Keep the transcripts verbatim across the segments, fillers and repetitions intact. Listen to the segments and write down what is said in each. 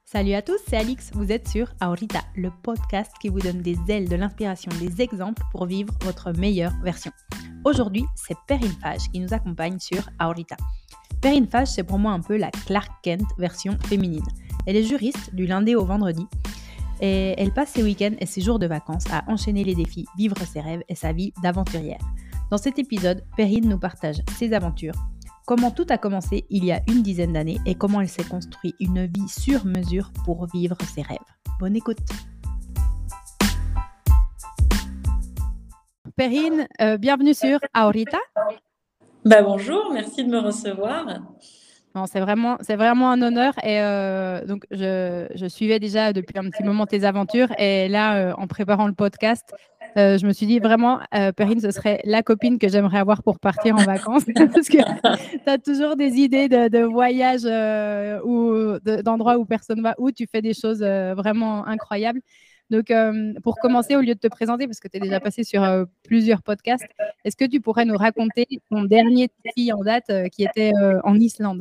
Salut à tous, c'est Alix, vous êtes sur Ahorita, le podcast qui vous donne des ailes, de l'inspiration, des exemples pour vivre votre meilleure version. Aujourd'hui, c'est Perrine Fage qui nous accompagne sur Ahorita. Perrine Fage, c'est pour moi un peu la Clark Kent version féminine. Elle est juriste du lundi au vendredi et elle passe ses week-ends et ses jours de vacances à enchaîner les défis, vivre ses rêves et sa vie d'aventurière. Dans cet épisode, Perrine nous partage ses aventures, comment tout a commencé il y a une dizaine d'années et comment elle s'est construit une vie sur mesure pour vivre ses rêves. Bonne écoute. Perrine, euh, bienvenue sur Ahorita. Bah bonjour, merci de me recevoir. Non, c'est vraiment, c'est vraiment un honneur et euh, donc je, je suivais déjà depuis un petit moment tes aventures et là, euh, en préparant le podcast, euh, je me suis dit vraiment, euh, Perrine, ce serait la copine que j'aimerais avoir pour partir en vacances parce que tu as toujours des idées de, de voyages euh, ou de, d'endroits où personne va, où tu fais des choses euh, vraiment incroyables. Donc, euh, pour commencer, au lieu de te présenter, parce que tu es déjà passé sur euh, plusieurs podcasts, est-ce que tu pourrais nous raconter ton dernier défi en date euh, qui était euh, en Islande?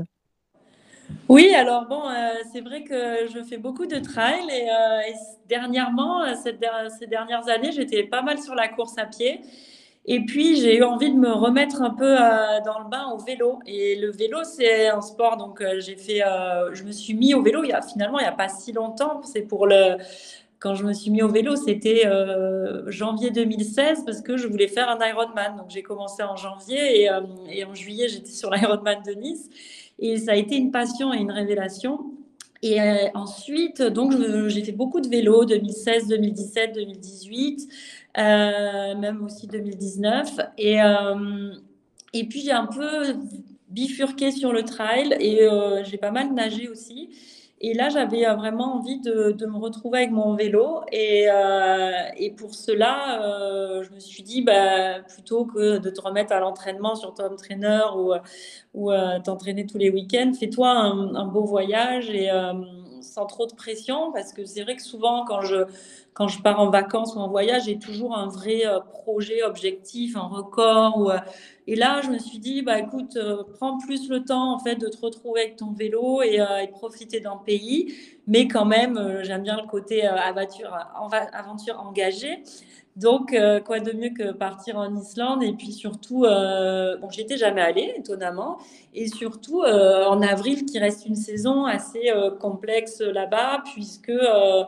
Oui, alors bon, euh, c'est vrai que je fais beaucoup de trail et, euh, et dernièrement, euh, cette der- ces dernières années, j'étais pas mal sur la course à pied. Et puis, j'ai eu envie de me remettre un peu euh, dans le bain au vélo. Et le vélo, c'est un sport. Donc, euh, j'ai fait, euh, je me suis mis au vélo il y a, finalement, il n'y a pas si longtemps. C'est pour le, quand je me suis mis au vélo, c'était euh, janvier deux mille seize parce que je voulais faire un Ironman. Donc, j'ai commencé en janvier et, euh, et en juillet, j'étais sur l'Ironman de Nice. Et ça a été une passion et une révélation. Et euh, ensuite, donc, je- j'ai fait beaucoup de vélo, deux mille seize, deux mille dix-sept, deux mille dix-huit, euh, même aussi deux mille dix-neuf. Et, euh, et puis, j'ai un peu bifurqué sur le trail et euh, j'ai pas mal nagé aussi. Et là, j'avais euh, vraiment envie de, de me retrouver avec mon vélo. Et, euh, et pour cela, euh, je me suis dit, bah, plutôt que de te remettre à l'entraînement sur ton trainer ou, ou euh, t'entraîner tous les week-ends, fais-toi un, un beau voyage et euh, sans trop de pression. Parce que c'est vrai que souvent, quand je, quand je pars en vacances ou en voyage, j'ai toujours un vrai euh, projet, objectif, un record. Ou, euh, et là, je me suis dit, bah, écoute, euh, prends plus le temps en fait de te retrouver avec ton vélo et, euh, et de profiter d'un pays. Mais quand même, euh, j'aime bien le côté euh, aventure, aventure engagée. Donc, euh, quoi de mieux que partir en Islande et puis surtout, euh, bon, j'y étais jamais allée, étonnamment, et surtout euh, en avril, qui reste une saison assez euh, complexe là-bas, puisque euh,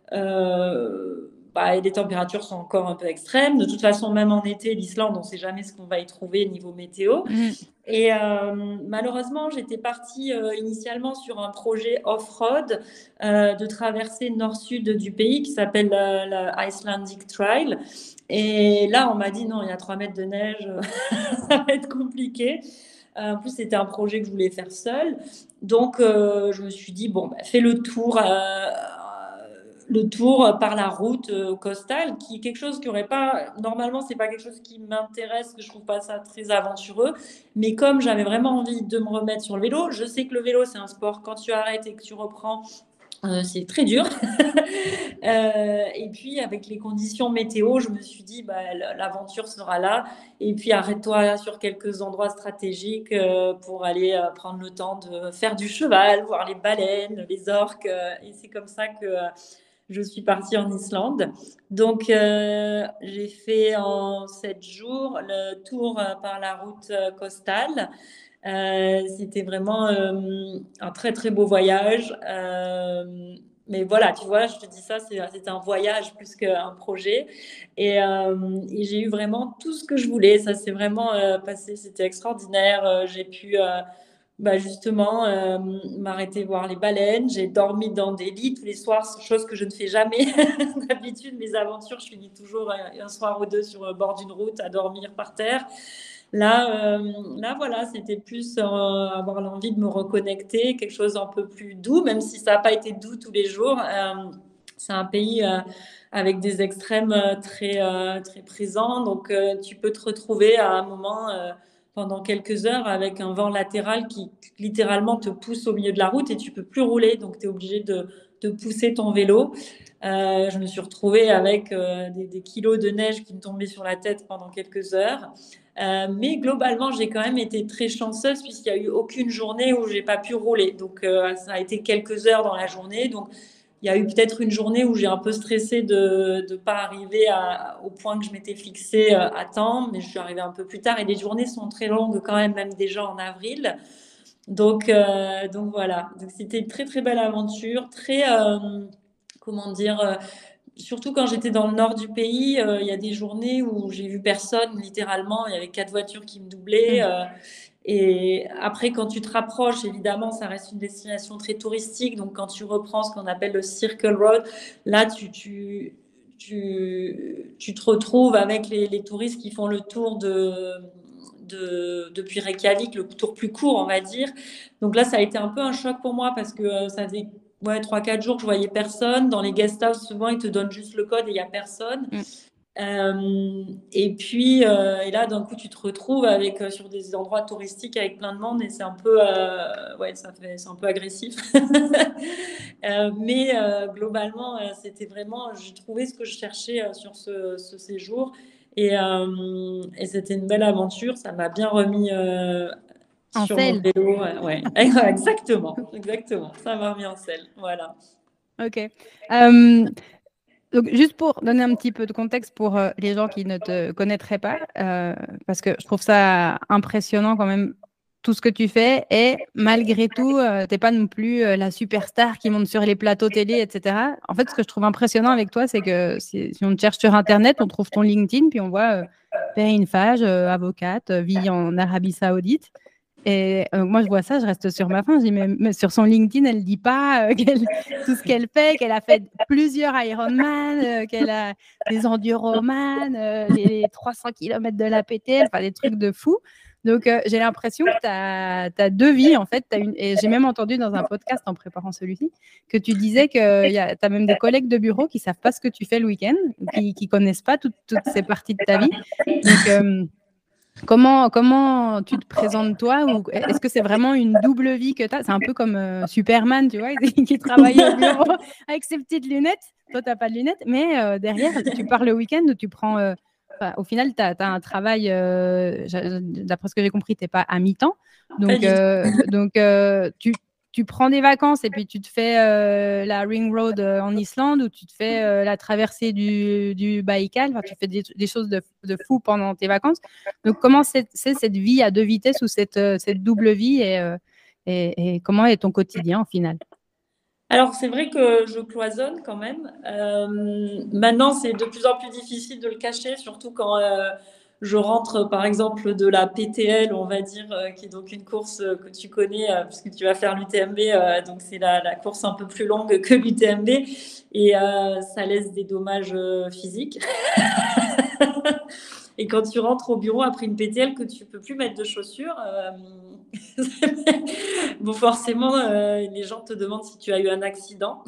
euh, bah, les températures sont encore un peu extrêmes. De toute façon, même en été, l'Islande, on ne sait jamais ce qu'on va y trouver niveau météo. Mhm. Et euh, malheureusement, j'étais partie euh, initialement sur un projet off-road euh, de traversée nord-sud du pays qui s'appelle la, la Icelandic Trail. Et là, on m'a dit non, il y a trois mètres de neige, ça va être compliqué. Euh, en plus, c'était un projet que je voulais faire seule. Donc, euh, je me suis dit, bon, bah, fais le tour, euh, le tour par la route euh, costale, qui est quelque chose qui aurait pas, normalement, c'est pas quelque chose qui m'intéresse, que je trouve pas ça très aventureux. Mais comme j'avais vraiment envie de me remettre sur le vélo, je sais que le vélo, c'est un sport, quand tu arrêtes et que tu reprends, euh, c'est très dur. Euh, et puis, avec les conditions météo, je me suis dit, bah, l'aventure sera là. Et puis, arrête-toi sur quelques endroits stratégiques euh, pour aller euh, prendre le temps de faire du cheval, voir les baleines, les orques. euh, et c'est comme ça que euh, je suis partie en Islande. Donc, euh, j'ai fait en sept jours le tour euh, par la route euh, costale. Euh, c'était vraiment euh, un très très beau voyage. Euh, mais voilà, tu vois, je te dis ça, c'est- c'était un voyage plus qu'un projet. Et, euh, et j'ai eu vraiment tout ce que je voulais. Ça s'est vraiment euh, passé, c'était extraordinaire. Euh, j'ai pu euh, bah, justement euh, m'arrêter voir les baleines. J'ai dormi dans des lits tous les soirs, chose que je ne fais jamais. D'habitude, mes aventures, je finis toujours un, un soir ou deux sur le bord d'une route à dormir par terre. Là, euh, là, voilà, c'était plus euh, avoir l'envie de me reconnecter, quelque chose un peu plus doux, même si ça n'a pas été doux tous les jours. Euh, c'est un pays euh, avec des extrêmes euh, très, euh, très présents, donc euh, tu peux te retrouver à un moment euh, pendant quelques heures avec un vent latéral qui littéralement te pousse au milieu de la route et tu peux plus rouler, donc tu es obligé de, de pousser ton vélo. Euh, je me suis retrouvée avec euh, des, des kilos de neige qui me tombaient sur la tête pendant quelques heures. Euh, mais globalement, j'ai quand même été très chanceuse puisqu'il n'y a eu aucune journée où j'ai pas pu rouler. Donc, euh, ça a été quelques heures dans la journée. Donc, il y a eu peut-être une journée où j'ai un peu stressé de ne pas arriver à, au point que je m'étais fixé euh, à temps, mais je suis arrivée un peu plus tard. Et les journées sont très longues quand même, même déjà en avril. Donc, euh, donc voilà. Donc, c'était une très très belle aventure, très euh, comment dire. Euh, surtout quand j'étais dans le nord du pays, euh, il y a des journées où j'ai vu personne, littéralement. Il y avait quatre voitures qui me doublaient. Mm. Euh, et après, quand tu te rapproches, évidemment, ça reste une destination très touristique. Donc, quand tu reprends ce qu'on appelle le Circle Road, là, tu, tu, tu, tu te retrouves avec les, les touristes qui font le tour de, de, depuis Reykjavik, le tour plus court, on va dire. Donc là, ça a été un peu un choc pour moi parce que euh, ça faisait ouais, trois quatre jours que je voyais personne. Dans les guest house, souvent, ils te donnent juste le code et il n'y a personne. Mm. Euh, et puis, euh, et là, d'un coup, tu te retrouves avec, euh, sur des endroits touristiques avec plein de monde et c'est un peu, euh, ouais, ça fait, c'est un peu agressif. euh, mais euh, globalement, euh, c'était vraiment, j'ai trouvé ce que je cherchais euh, sur ce, ce séjour et, euh, et c'était une belle aventure. Ça m'a bien remis euh, En sur mon selle. vélo. Ouais, ouais. Exactement, exactement. Ça m'a remis en selle. Voilà. Ok. Euh, donc, juste pour donner un petit peu de contexte pour euh, les gens qui ne te connaîtraient pas, euh, parce que je trouve ça impressionnant quand même tout ce que tu fais, et malgré tout, euh, t'es pas non plus euh, la superstar qui monte sur les plateaux télé, et cetera. En fait, ce que je trouve impressionnant avec toi, c'est que si, si on te cherche sur Internet, on trouve ton LinkedIn, puis on voit euh, Perrine Fage, euh, avocate, euh, vit en Arabie Saoudite. Et euh, moi, je vois ça, je reste sur ma faim. Je dis, mais, mais sur son LinkedIn, elle ne dit pas euh, qu'elle- tout ce qu'elle fait, qu'elle a fait plusieurs Ironman, euh, qu'elle a des enduroman, euh, les, les trois cents kilomètres de la P T L, enfin des trucs de fou. Donc, euh, j'ai l'impression que tu as deux vies, en fait. T'as une... Et j'ai même entendu dans un podcast en préparant celui-ci que tu disais que tu as même des collègues de bureau qui ne savent pas ce que tu fais le week-end, qui ne connaissent pas toutes, toutes ces parties de ta vie. Donc, euh, Comment, comment tu te présentes toi ou est-ce que c'est vraiment une double vie que tu as? C'est un peu comme euh, Superman, tu vois, qui travaille au bureau avec ses petites lunettes. Toi, tu n'as pas de lunettes, mais euh, derrière, tu pars le week-end où tu prends. Euh, enfin, au final, tu as, un travail, euh, d'après ce que j'ai compris, tu n'es pas à mi-temps. Pas Donc, du tout. euh, donc euh, tu, tu prends des vacances et puis tu te fais euh, la Ring Road euh, en Islande ou tu te fais euh, la traversée du, du Baïkal. Enfin, tu fais des, des choses de, de fou pendant tes vacances. Donc, comment c'est cette vie à deux vitesses ou cette, euh, cette double vie et, euh, et, et comment est ton quotidien au final? Alors, c'est vrai que je cloisonne quand même. Euh, maintenant, c'est de plus en plus difficile de le cacher, surtout quand euh, je rentre, par exemple, de la P T L, on va dire, euh, qui est donc une course euh, que tu connais, euh, puisque tu vas faire l'U T M B. Euh, donc, c'est la, la course un peu plus longue que l'U T M B. Et euh, ça laisse des dommages euh, physiques. Et quand tu rentres au bureau après une P T L que tu peux plus mettre de chaussures, euh, bon, forcément, euh, les gens te demandent si tu as eu un accident.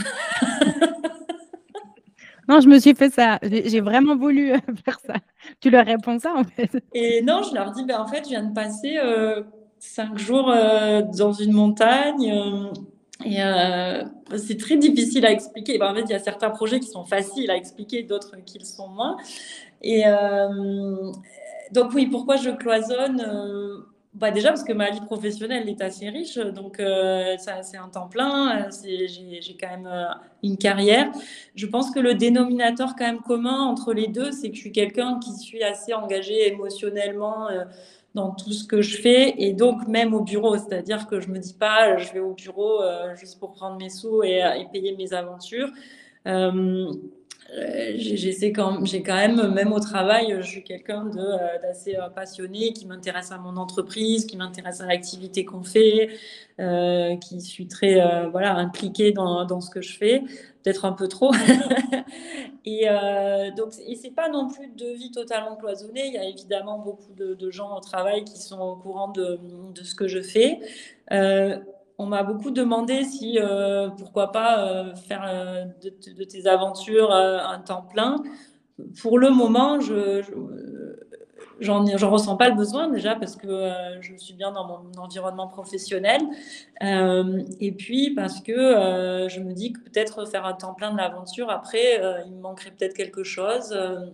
Non, je me suis fait ça. J'ai j'ai vraiment voulu euh, faire ça. Tu leur réponds ça en fait. Et non, je leur dis, ben, en fait, je viens de passer euh, cinq jours euh, dans une montagne. Euh, et euh, c'est très difficile à expliquer. Ben, en fait, il y a certains projets qui sont faciles à expliquer, d'autres qui le sont moins. Et euh, donc oui, pourquoi je cloisonne euh, bah déjà parce que ma vie professionnelle est assez riche, donc euh, ça c'est un temps plein, euh, c'est, j'ai, j'ai quand même euh, une carrière. Je pense que le dénominateur quand même commun entre les deux, c'est que je suis quelqu'un qui suis assez engagé émotionnellement euh, dans tout ce que je fais et donc même au bureau, c'est-à-dire que je me dis pas je vais au bureau euh, juste pour prendre mes sous et, et payer mes aventures. Euh, euh, J'essaie quand, j'ai quand même, même au travail, je suis quelqu'un de, euh, d'assez euh, passionné, qui m'intéresse à mon entreprise, qui m'intéresse à l'activité qu'on fait, euh, qui suis très euh, voilà, impliquée dans, dans ce que je fais, peut-être un peu trop. Et euh, donc, et c'est pas non plus de vie totalement cloisonnée. Il y a évidemment beaucoup de, de gens au travail qui sont au courant de, de ce que je fais. Euh, on m'a beaucoup demandé si, euh, pourquoi pas, euh, faire euh, de, de tes aventures euh, un temps plein. Pour le moment, je, je j'en, j'en ressens pas le besoin déjà parce que euh, je suis bien dans mon environnement professionnel. Euh, et puis parce que euh, je me dis que peut-être faire un temps plein de l'aventure, après, euh, il me manquerait peut-être quelque chose. Euh,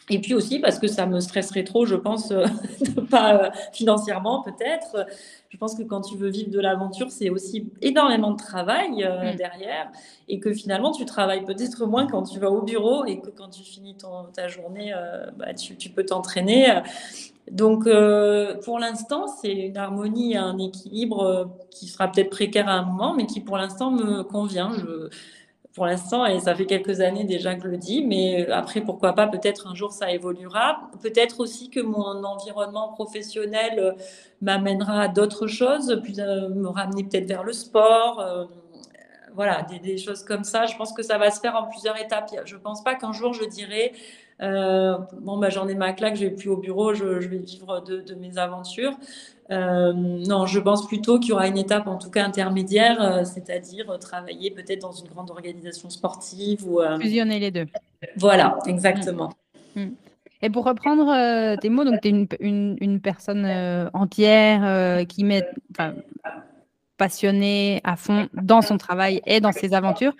Et puis aussi parce que ça me stresserait trop, je pense, euh, de pas euh, financièrement peut-être. Je pense que quand tu veux vivre de l'aventure, c'est aussi énormément de travail euh, Mm. derrière et que finalement tu travailles peut-être moins quand tu vas au bureau et que quand tu finis ton, ta journée, euh, bah, tu, tu peux t'entraîner. Donc euh, pour l'instant, c'est une harmonie, un équilibre euh, qui sera peut-être précaire à un moment, mais qui pour l'instant me convient. Je, pour l'instant, et ça fait quelques années déjà que je le dis, mais après, pourquoi pas, peut-être un jour ça évoluera. Peut-être aussi que mon environnement professionnel euh, m'amènera à d'autres choses, puis euh, me ramener peut-être vers le sport, euh, voilà, des, des choses comme ça. Je pense que ça va se faire en plusieurs étapes. Je ne pense pas qu'un jour je dirais, euh, bon, bah, j'en ai ma claque, je vais plus au bureau, je, je vais vivre de, de mes aventures. Euh, non, je pense plutôt qu'il y aura une étape, en tout cas intermédiaire, euh, c'est-à-dire euh, travailler peut-être dans une grande organisation sportive ou euh, Fusionner les deux. voilà, Mm. exactement. Mm. Et pour reprendre euh, tes mots, donc tu es une, une, une personne euh, entière euh, qui met, enfin, passionnée à fond dans son travail et dans ses aventures.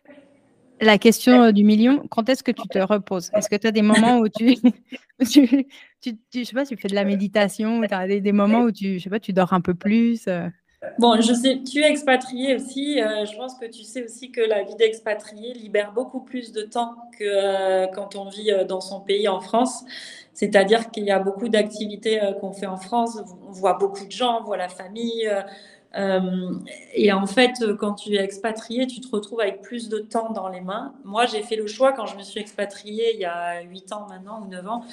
La question euh, du million, quand est-ce que tu te reposes? Est-ce que tu as des moments où tu, où tu, tu, tu- je sais pas, tu fais de la méditation, ou tu as des, des moments où tu, je sais pas, tu dors un peu plus euh. Bon, je sais, tu es expatrié aussi. Euh, je pense que tu sais aussi que la vie d'expatrié libère beaucoup plus de temps que euh, quand on vit euh, dans son pays en France. C'est-à-dire qu'il y a beaucoup d'activités euh, qu'on fait en France. On voit beaucoup de gens, on voit la famille. Euh, euh, et en fait, euh, quand tu es expatrié, tu te retrouves avec plus de temps dans les mains. Moi, j'ai fait le choix quand je me suis expatriée il y a huit ans maintenant ou neuf ans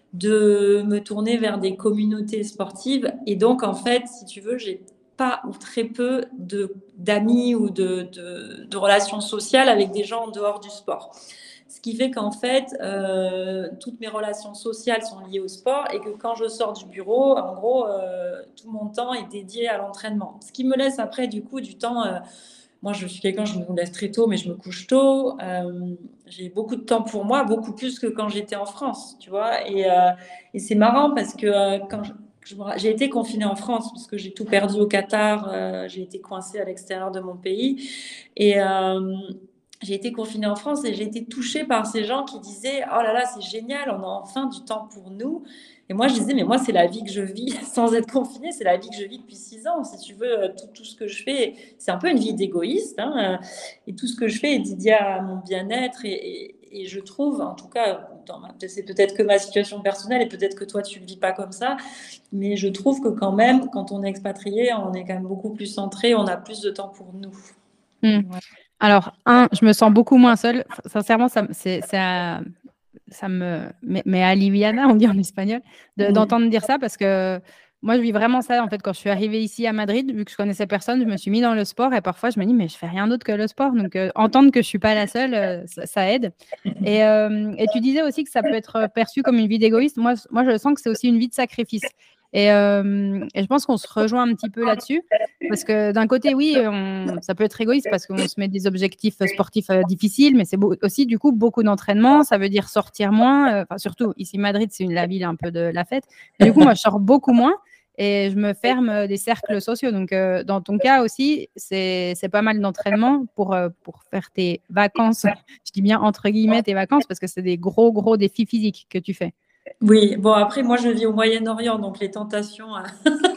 de me tourner vers des communautés sportives. Et donc, en fait, si tu veux, j'ai pas ou très peu de d'amis ou de, de, de relations sociales avec des gens en dehors du sport. Ce qui fait qu'en fait, euh, toutes mes relations sociales sont liées au sport et que quand je sors du bureau, en gros, euh, tout mon temps est dédié à l'entraînement. Ce qui me laisse après, du coup, du temps. Euh, moi, je suis quelqu'un, je me lève très tôt, mais je me couche tôt. Euh, j'ai beaucoup de temps pour moi, beaucoup plus que quand j'étais en France, tu vois. Et, euh, et c'est marrant parce que euh, quand je- je me- j'ai été confinée en France parce que j'ai tout perdu au Qatar, euh, j'ai été coincée à l'extérieur de mon pays. Et euh, j'ai été confinée en France et j'ai été touchée par ces gens qui disaient: Oh là là, c'est génial, on a enfin du temps pour nous. Et moi, je disais: Mais moi, c'est la vie que je vis sans être confinée, c'est la vie que je vis depuis six ans. Si tu veux, euh, tout, tout ce que je fais, c'est un peu une vie d'égoïste. Hein, euh, et tout ce que je fais est dédié à mon bien-être. Et, et, et je trouve, en tout cas, dans ma- c'est peut-être que ma situation personnelle et peut-être que toi, tu ne le vis pas comme ça. Mais je trouve que quand même, quand on est expatrié, on est quand même beaucoup plus centré, on a plus de temps pour nous. Mm. Ouais. Alors, un, je me sens beaucoup moins seule. Sincèrement, ça, me- c'est, ça, ça me met, met aliviana, on dit en espagnol, de- Mm. d'entendre dire ça parce que moi, je vis vraiment ça. En fait, quand je suis arrivée ici à Madrid, vu que je connaissais personne, je me suis mis dans le sport et parfois, je me dis, mais je fais rien d'autre que le sport. Donc, euh, entendre que je suis pas la seule, euh, ça, ça aide. Et, euh, et tu disais aussi que ça peut être perçu comme une vie d'égoïste. Moi, moi, je sens que c'est aussi une vie de sacrifice. Et, euh, et je pense qu'on se rejoint un petit peu là-dessus. Parce que d'un côté, oui, on- ça peut être égoïste parce qu'on se met des objectifs sportifs euh, difficiles, mais c'est beau- aussi du coup beaucoup d'entraînement. Ça veut dire sortir moins. euh, Enfin, surtout ici, Madrid, c'est une- la ville un peu de la fête. Mais du coup, moi, je sors beaucoup moins et je me ferme euh, des cercles sociaux. Donc, euh, dans ton cas aussi, c'est c'est pas mal d'entraînement pour, euh, pour faire tes vacances. Je dis bien entre guillemets tes vacances parce que c'est des gros, gros défis physiques que tu fais. Oui, bon, après, moi, je vis au Moyen-Orient, donc les tentations euh,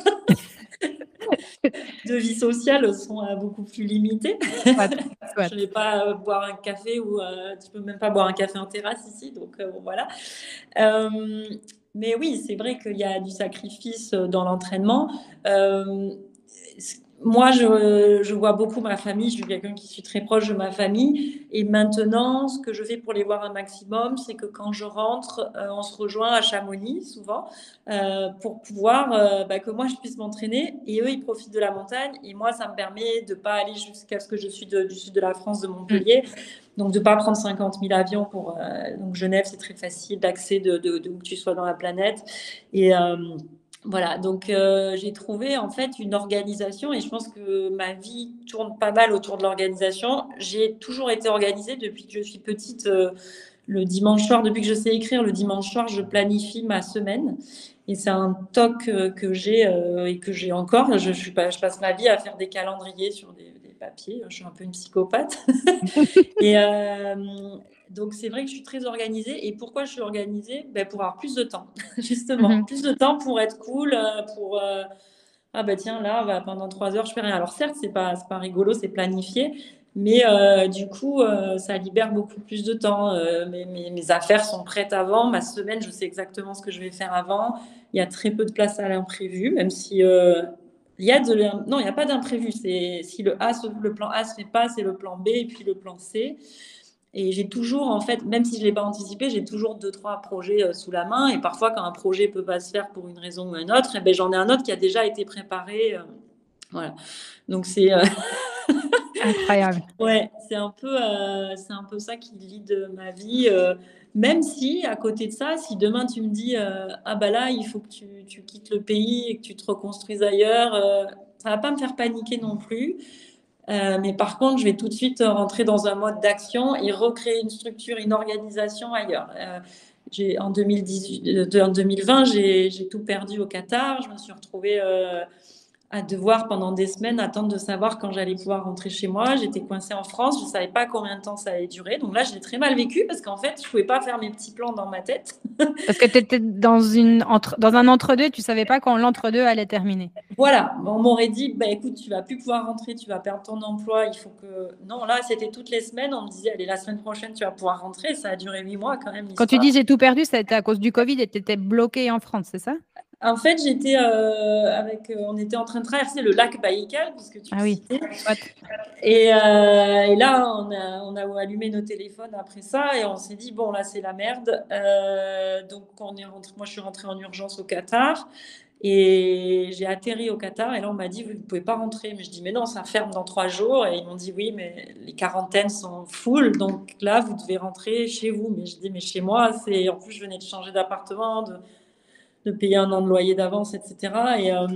de vie sociale sont euh, beaucoup plus limitées. Soit, Je soit. ne vais pas euh, boire un café ou euh, tu peux même pas boire un café en terrasse ici, donc euh, bon, voilà. Euh, mais oui, c'est vrai qu'il y a du sacrifice euh, dans l'entraînement. Euh, Moi, je, je vois beaucoup ma famille. Je suis quelqu'un qui suis très proche de ma famille. Et maintenant, ce que je fais pour les voir un maximum, c'est que quand je rentre, euh, on se rejoint à Chamonix, souvent, euh, pour pouvoir euh, bah, que moi, je puisse m'entraîner. Et eux, ils profitent de la montagne. Et moi, ça me permet de ne pas aller jusqu'à ce que je suis de- du sud de la France, de Mm. Montpellier. Donc, de ne pas prendre cinquante mille avions pour. Euh, donc, Genève, c'est très facile d'accès de, de, de où que tu sois dans la planète. Et. Euh, voilà, donc euh, j'ai trouvé en fait une organisation et je pense que ma vie tourne pas mal autour de l'organisation. J'ai toujours été organisée depuis que je suis petite. Euh, le dimanche soir, depuis que je sais écrire, le dimanche soir, je planifie ma semaine. Et c'est un toc euh, que j'ai euh, et que j'ai encore. Je, je, suis pas, je passe ma vie à faire des calendriers sur des, des papiers. Je suis un peu une psychopathe. Et euh, donc, c'est vrai que je suis très organisée. Et pourquoi je suis organisée? Ben, pour avoir plus de temps, justement. Mhm. Plus de temps pour être cool, euh, pour... euh, ah ben tiens, là, bah, pendant trois heures, je fais rien. Alors certes, c'est pas, c'est pas rigolo, c'est planifié, mais euh, du coup, euh, ça libère beaucoup plus de temps. Euh, mes, mes, mes affaires sont prêtes avant. Ma semaine, je sais exactement ce que je vais faire avant. Il y a très peu de place à l'imprévu, même si euh, il y a de l'im- non, il n'y a pas d'imprévu. C'est si le A, se- le plan A se fait pas, c'est le plan B et puis le plan C. Et j'ai toujours, en fait, même si je ne l'ai pas anticipé, j'ai toujours deux, trois projets euh, sous la main. Et parfois, quand un projet ne peut pas se faire pour une raison ou une autre, eh ben, j'en ai un autre qui a déjà été préparé. euh, voilà. Donc, c'est euh, Incroyable. ouais, c'est un, peu, euh, c'est un peu ça qui lead ma vie. euh, même si, à côté de ça, si demain tu me dis euh, ah bah là, il faut que tu, tu quittes le pays et que tu te reconstruises ailleurs, euh, ça ne va pas me faire paniquer non plus. Euh, mais par contre, je vais tout de suite rentrer dans un mode d'action et recréer une structure, une organisation ailleurs. Euh, j'ai, en, deux mille dix-huit, euh, en deux mille vingt, j'ai, j'ai tout perdu au Qatar. Je me suis retrouvée euh, à devoir pendant des semaines attendre de savoir quand j'allais pouvoir rentrer chez moi. J'étais coincée en France, je ne savais pas combien de temps ça allait durer. Donc là, je l'ai très mal vécu parce qu'en fait, je ne pouvais pas faire mes petits plans dans ma tête. Parce que tu étais dans, une entre, dans un entre-deux, tu ne savais pas quand l'entre-deux allait terminer. Voilà, on m'aurait dit, bah, écoute, tu vas plus pouvoir rentrer, tu vas perdre ton emploi, il faut que... Non, là, c'était toutes les semaines, on me disait, allez, la semaine prochaine, tu vas pouvoir rentrer. Ça a duré huit mois quand même, Quand tu l'histoire. dis j'ai tout perdu, ça a été à cause du Covid et tu étais bloquée en France, c'est ça? En fait, j'étais euh, avec... euh, on était en train de traverser le lac Baïkal, puisque tu le Ah oui, citais. soit. Et, euh, et là, on a, on a allumé nos téléphones après ça et on s'est dit, bon, là, c'est la merde. Euh, donc, on est rentré... moi, je suis rentrée en urgence au Qatar. Et j'ai atterri au Qatar et là on m'a dit vous ne pouvez pas rentrer. Mais je dis mais non, ça ferme dans trois jours. Et ils m'ont dit oui, mais les quarantaines sont full, donc là vous devez rentrer chez vous. Mais je dis mais chez moi, c'est en plus je venais de changer d'appartement, de, de payer un an de loyer d'avance, et cetera. Et, euh,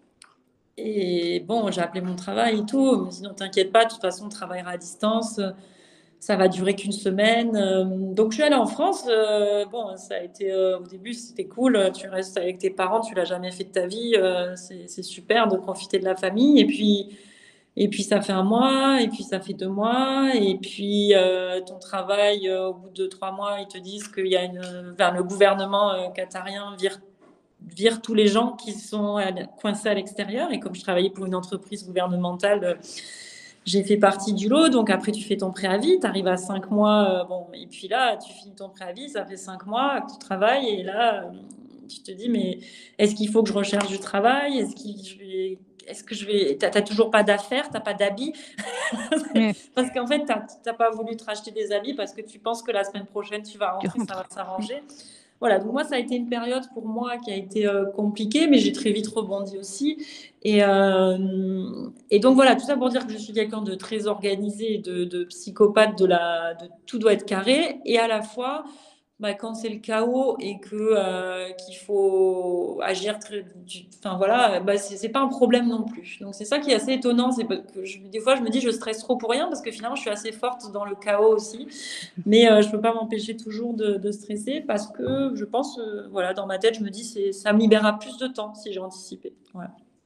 et bon, j'ai appelé mon travail et tout. Ils m'ont dit non, t'inquiète pas, de toute façon on travaillera à distance. Ça va durer qu'une semaine. Euh, donc, je suis allée en France. Euh, bon, ça a été euh, au début, c'était cool. Tu restes avec tes parents, tu l'as jamais fait de ta vie. Euh, c'est, c'est super de profiter de la famille. Et puis, et puis, ça fait un mois. Et puis, ça fait deux mois. Et puis, euh, ton travail, euh, au bout de trois mois, ils te disent qu'il y a une, vers le gouvernement euh, qatarien vire, vire tous les gens qui sont à- coincés à l'extérieur. Et comme je travaillais pour une entreprise gouvernementale. Euh, j'ai fait partie du lot, donc après tu fais ton préavis, tu arrives à cinq mois, euh, bon, et puis là tu finis ton préavis, ça fait cinq mois que tu travailles, et là euh, tu te dis, mais est-ce qu'il faut que je recherche du travail? Est-ce qu'il, je vais, est-ce que je vais, t'as, t'as toujours pas d'affaires, t'as pas d'habits? Ouais, Parce qu'en fait, t'as, t'as pas voulu te racheter des habits parce que tu penses que la semaine prochaine tu vas tu rentrer, ça va rentres. s'arranger. Voilà, donc moi, ça a été une période pour moi qui a été euh, compliquée, mais j'ai très vite rebondi aussi. Et, euh, et donc voilà, tout ça pour dire que je suis quelqu'un de très organisé, de, de psychopathe, de la, de tout doit être carré, et à la fois, bah, quand c'est le chaos et que euh, qu'il faut agir très, du- enfin voilà, bah, c'est c'est pas un problème non plus. Donc c'est ça qui est assez étonnant, c'est que je- des fois je me dis je stresse trop pour rien parce que finalement je suis assez forte dans le chaos aussi. Mais euh, je ne peux pas m'empêcher toujours de, de stresser parce que je pense, euh, voilà, dans ma tête, je me dis, c'est, ça me libérera plus de temps si j'ai anticipé. Voilà.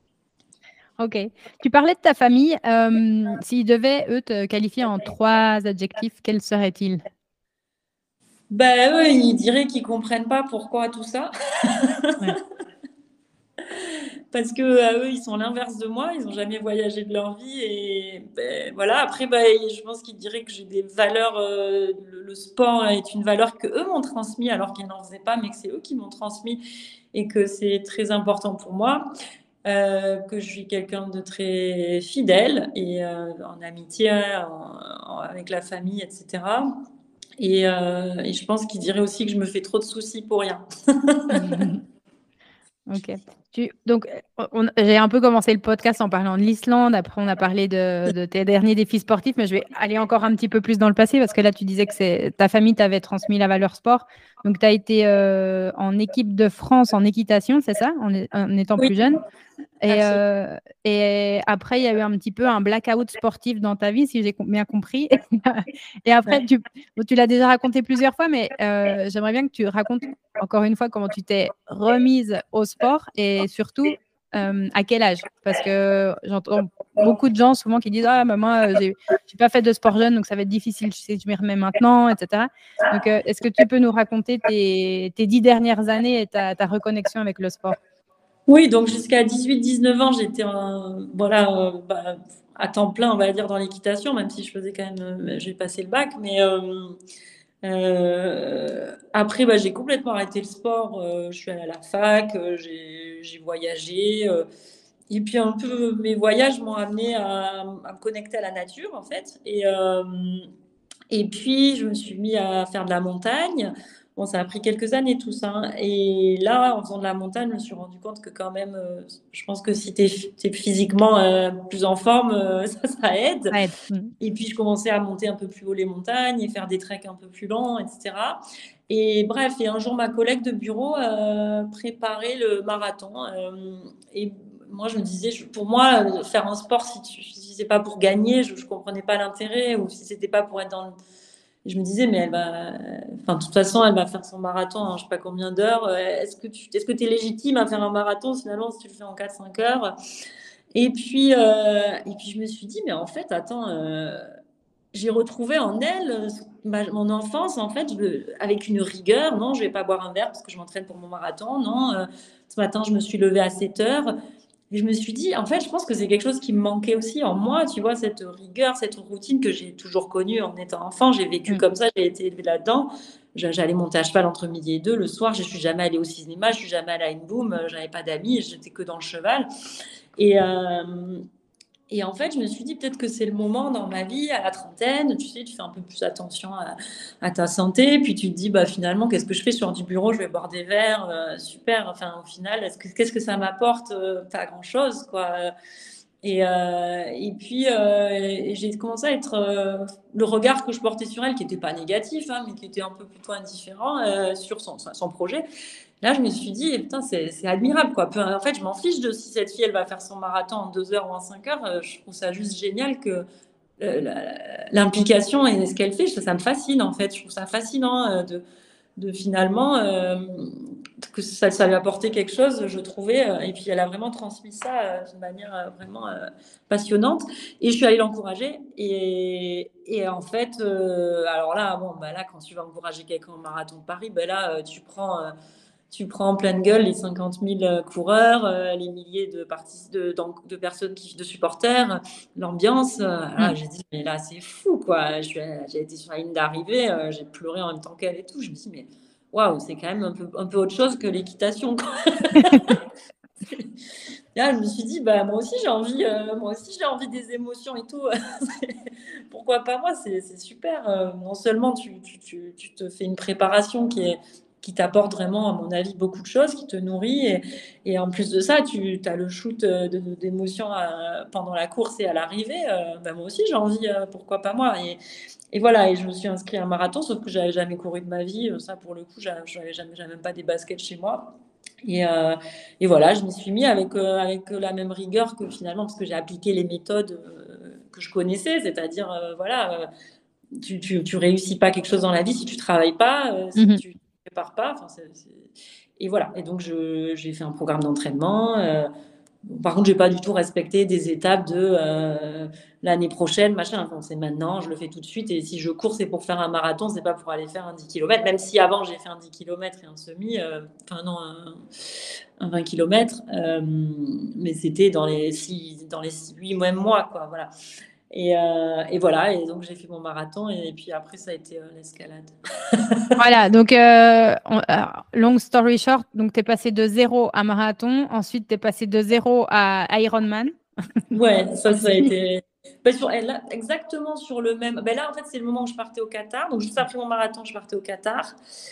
Ok. Tu parlais de ta famille. Euh, s'ils devaient, eux, te qualifier en trois adjectifs, quels seraient-ils? Ben, eux, ils diraient qu'ils ne comprennent pas pourquoi tout ça. Ouais. Parce que euh, eux, ils sont l'inverse de moi. Ils n'ont jamais voyagé de leur vie. Et ben, voilà. Après, ben, je pense qu'ils diraient que j'ai des valeurs. Euh, le, le sport est une valeur que eux m'ont transmis alors qu'ils n'en faisaient pas, mais que c'est eux qui m'ont transmis et que c'est très important pour moi. Euh, que je suis quelqu'un de très fidèle et euh, en amitié en- en- avec la famille, et cetera. Et, euh, et je pense qu'il dirait aussi que je me fais trop de soucis pour rien. Ok. Tu, donc, euh, on- j'ai un peu commencé le podcast en parlant de l'Islande. Après, on a parlé de, de tes derniers défis sportifs, mais je vais aller encore un petit peu plus dans le passé parce que là, tu disais que c'est, ta famille t'avait transmis la valeur sport. Donc, tu as été euh, en équipe de France en équitation, c'est ça, en, est- en étant Oui, plus jeune. Et, absolument. euh, et après, il y a eu un petit peu un blackout sportif dans ta vie, si j'ai com- bien compris. Et après, Ouais. tu, bon, tu l'as déjà raconté plusieurs fois, mais euh, j'aimerais bien que tu racontes encore une fois comment tu t'es remise au sport et surtout euh, à quel âge? Parce que j'entends beaucoup de gens souvent qui disent « Ah, mais moi, j'ai j'ai pas fait de sport jeune, donc ça va être difficile, je sais, je m'y remets maintenant, et cetera » Donc, euh, est-ce que tu peux nous raconter tes, tes dix dernières années et ta, ta reconnexion avec le sport? Oui, donc jusqu'à dix-huit dix-neuf ans, j'étais en- voilà, euh, bah, à temps plein, on va dire, dans l'équitation, même si je faisais quand même, euh, j'ai passé le bac. Mais euh, euh, après, bah, j'ai complètement arrêté le sport. Euh, je suis allée à la fac, euh, j'ai j'ai voyagé. Euh, et puis un peu, mes voyages m'ont amené à, à me connecter à la nature, en fait. Et, euh, et puis, je me suis mis à faire de la montagne. Bon, ça a pris quelques années tout ça, hein. Et là, en faisant de la montagne, je me suis rendu compte que quand même, euh, je pense que si tu es, physiquement euh, plus en forme, euh, ça, ça aide. Ça aide. Mm. Et puis, je commençais à monter un peu plus haut les montagnes et faire des treks un peu plus lents, et cetera. Et bref, et un jour, ma collègue de bureau euh, préparait le marathon. Euh, et moi, je me disais, je- pour moi, faire un sport, si, tu, si c'est pas pour gagner, je, je comprenais pas l'intérêt, ou si c'était pas pour être dans le... Et je me disais, mais elle va, enfin, de toute façon, elle va faire son marathon en je sais pas combien d'heures. Euh, Est-ce que tu, est-ce que es légitime à faire un marathon finalement si tu le fais en quatre cinq heures? Et puis, euh, et puis, je me suis dit, mais en fait, attends, euh, j'ai retrouvé en elle euh, ma- mon enfance, en fait, je- avec une rigueur. Non, je vais pas boire un verre parce que je m'entraîne pour mon marathon. Non, euh, ce matin, je me suis levée à sept heures. Et je me suis dit, en fait, je pense que c'est quelque chose qui me manquait aussi en moi, tu vois, cette rigueur, cette routine que j'ai toujours connue en étant enfant. J'ai vécu Mm. comme ça, j'ai été élevée là-dedans. J'a- J'allais monter à cheval entre midi et deux. Le soir, je suis jamais allée au cinéma, je suis jamais allée à une boum, euh, j'avais pas d'amis, j'étais que dans le cheval. Et, euh, et en fait, je me suis dit peut-être que c'est le moment dans ma vie, à la trentaine, tu sais, tu fais un peu plus attention à, à ta santé, puis tu te dis, bah finalement, qu'est-ce que je fais sur du bureau? Je vais boire des verres, euh, super. Enfin, au final, est-ce que, qu'est-ce que ça m'apporte? Euh, Pas grand-chose, quoi. Et, euh, et puis, euh, et j'ai commencé à être euh, le regard que je portais sur elle, qui n'était pas négatif, hein, mais qui était un peu plutôt indifférent euh, sur son, son projet. Là, je me suis dit, eh, putain, c'est c'est admirable, quoi. Peu- En fait, je m'en fiche de si cette fille, elle va faire son marathon en deux heures ou en cinq heures. Euh, je trouve ça juste génial que euh, la- l'implication et ce qu'elle fait, ça, ça me fascine, en fait. Je trouve ça fascinant euh, de, de finalement euh, que ça, ça lui a apporté quelque chose, je trouvais. euh, Et puis, elle a vraiment transmis ça euh, d'une manière euh, vraiment euh, passionnante. Et je suis allée l'encourager. Et, et en fait, euh, alors là, bon, bah là, quand tu vas encourager quelqu'un au marathon de Paris, ben là, euh, tu prends. euh, tu prends en pleine gueule les cinquante mille coureurs, euh, les milliers de, partic- de, de, de personnes, qui, de supporters, l'ambiance. Euh, Mm. ah, j'ai dit, mais là, c'est fou, quoi. Je suis- J'ai été sur la ligne d'arrivée, euh, j'ai pleuré en même temps qu'elle et tout. Je me dis, mais waouh, c'est quand même un peu, un peu autre chose que l'équitation, quoi. Là, je me suis dit, bah, moi aussi, j'ai envie, euh, moi aussi, j'ai envie des émotions et tout. Pourquoi pas moi? C'est c'est super. Euh, non seulement tu, tu, tu, tu te fais une préparation qui est qui t'apporte vraiment, à mon avis, beaucoup de choses, qui te nourrit. Et, et en plus de ça, tu as le shoot de- de- d'émotions euh, pendant la course et à l'arrivée. Euh, bah, moi aussi, j'ai envie, euh, pourquoi pas moi? Et, et voilà, et je me suis inscrite à un marathon, sauf que j'avais jamais couru de ma vie. Ça, pour le coup, j'avais j'avais jamais, j'avais même pas des baskets chez moi. Et, euh, et voilà, je m'y suis mis avec, euh, avec la même rigueur que finalement, parce que j'ai appliqué les méthodes euh, que je connaissais, c'est-à-dire, euh, voilà, euh, tu, tu, tu réussis pas quelque chose dans la vie si tu travailles pas, euh, si Mhm. tu ne prépares pas. Enfin, c'est- c'est- Et voilà, et donc je, j'ai fait un programme d'entraînement. Euh, par contre, j'ai pas du tout respecté des étapes de euh, l'année prochaine, machin. Enfin, c'est maintenant, je le fais tout de suite. Et si je cours, c'est pour faire un marathon, c'est pas pour aller faire un dix kilomètres. Même si avant, j'ai fait un dix kilomètres et un semi, euh, enfin non, un, un vingt kilomètres. Euh, mais c'était dans les six, dans les huit mois, quoi. Voilà. Et, euh, et voilà, et donc j'ai fait mon marathon. Et, puis après, ça a été euh, l'escalade. Voilà, donc euh, on- alors, long story short, donc tu es passé de zéro à marathon, ensuite tu es passé de zéro à Ironman. Ouais, ça, ça a été. Ben, sur, et là, exactement sur le même. Ben là, en fait, c'est le moment où je partais au Qatar. Donc, juste après mon marathon, je partais au Qatar.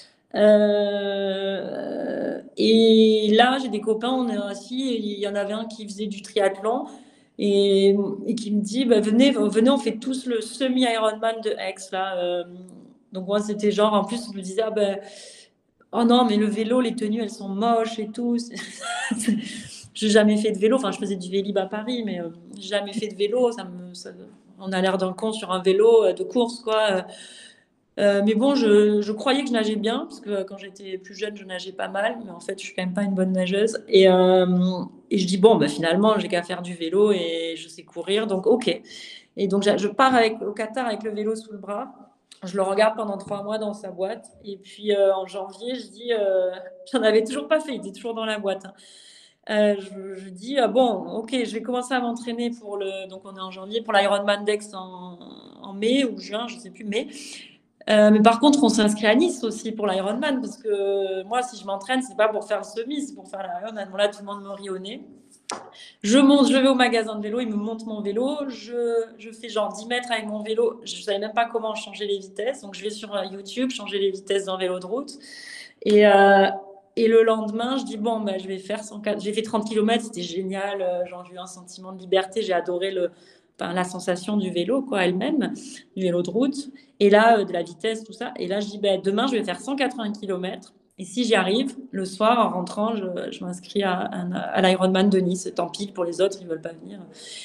Euh, Et là, j'ai des copains, on est assis. Et il y en avait un qui faisait du triathlon et, et qui me dit bah, venez, venez, on fait tous le semi-Ironman de Aix. Là. Euh, donc, moi, c'était genre, en plus, je me disais ah ben. Oh non, mais le vélo, les tenues, elles sont moches et tout. J'ai jamais fait de vélo. Enfin, je faisais du vélib à Paris, mais euh, j'ai jamais fait de vélo. Ça me, ça- on a l'air d'un con sur un vélo euh, de course, quoi. Euh, mais bon, je, je croyais que je nageais bien, parce que quand j'étais plus jeune, je nageais pas mal, mais en fait, je suis quand même pas une bonne nageuse. Et, euh, et je dis, bon, bah, finalement, j'ai qu'à faire du vélo et je sais courir, donc ok. Et donc, je pars avec, au Qatar avec le vélo sous le bras. Je le regarde pendant trois mois dans sa boîte. Et puis, euh, en janvier, je dis, euh, j'en avais toujours pas fait, il était toujours dans la boîte, hein. Euh, je, je dis, ah bon, ok, je vais commencer à m'entraîner pour le. Donc, on est en janvier, pour l'Ironman d'Aix en, en mai ou juin, je sais plus, mai. Euh, mais par contre, on s'inscrit à Nice aussi pour l'Ironman parce que moi, si je m'entraîne, c'est pas pour faire le semi, c'est pour faire l'Ironman. Bon, là, tout le monde me rit au nez. Je monte, je vais au magasin de vélo, il me montre mon vélo, je, je fais genre dix mètres avec mon vélo, je ne savais même pas comment changer les vitesses, donc je vais sur euh, YouTube changer les vitesses d'un vélo de route. Et, euh, et le lendemain, je dis bon, bah, je vais faire cent quatre, j'ai fait trente kilomètres, c'était génial, euh, genre, j'ai eu un sentiment de liberté, j'ai adoré le, enfin, la sensation du vélo, quoi, elle-même, du vélo de route, et là, euh, de la vitesse, tout ça. Et là, je dis bah, demain, je vais faire cent quatre-vingts kilomètres. Et si j'y arrive, le soir, en rentrant, je, je m'inscris à, à, à l'Ironman de Nice. Tant pis pour les autres, ils ne veulent pas venir.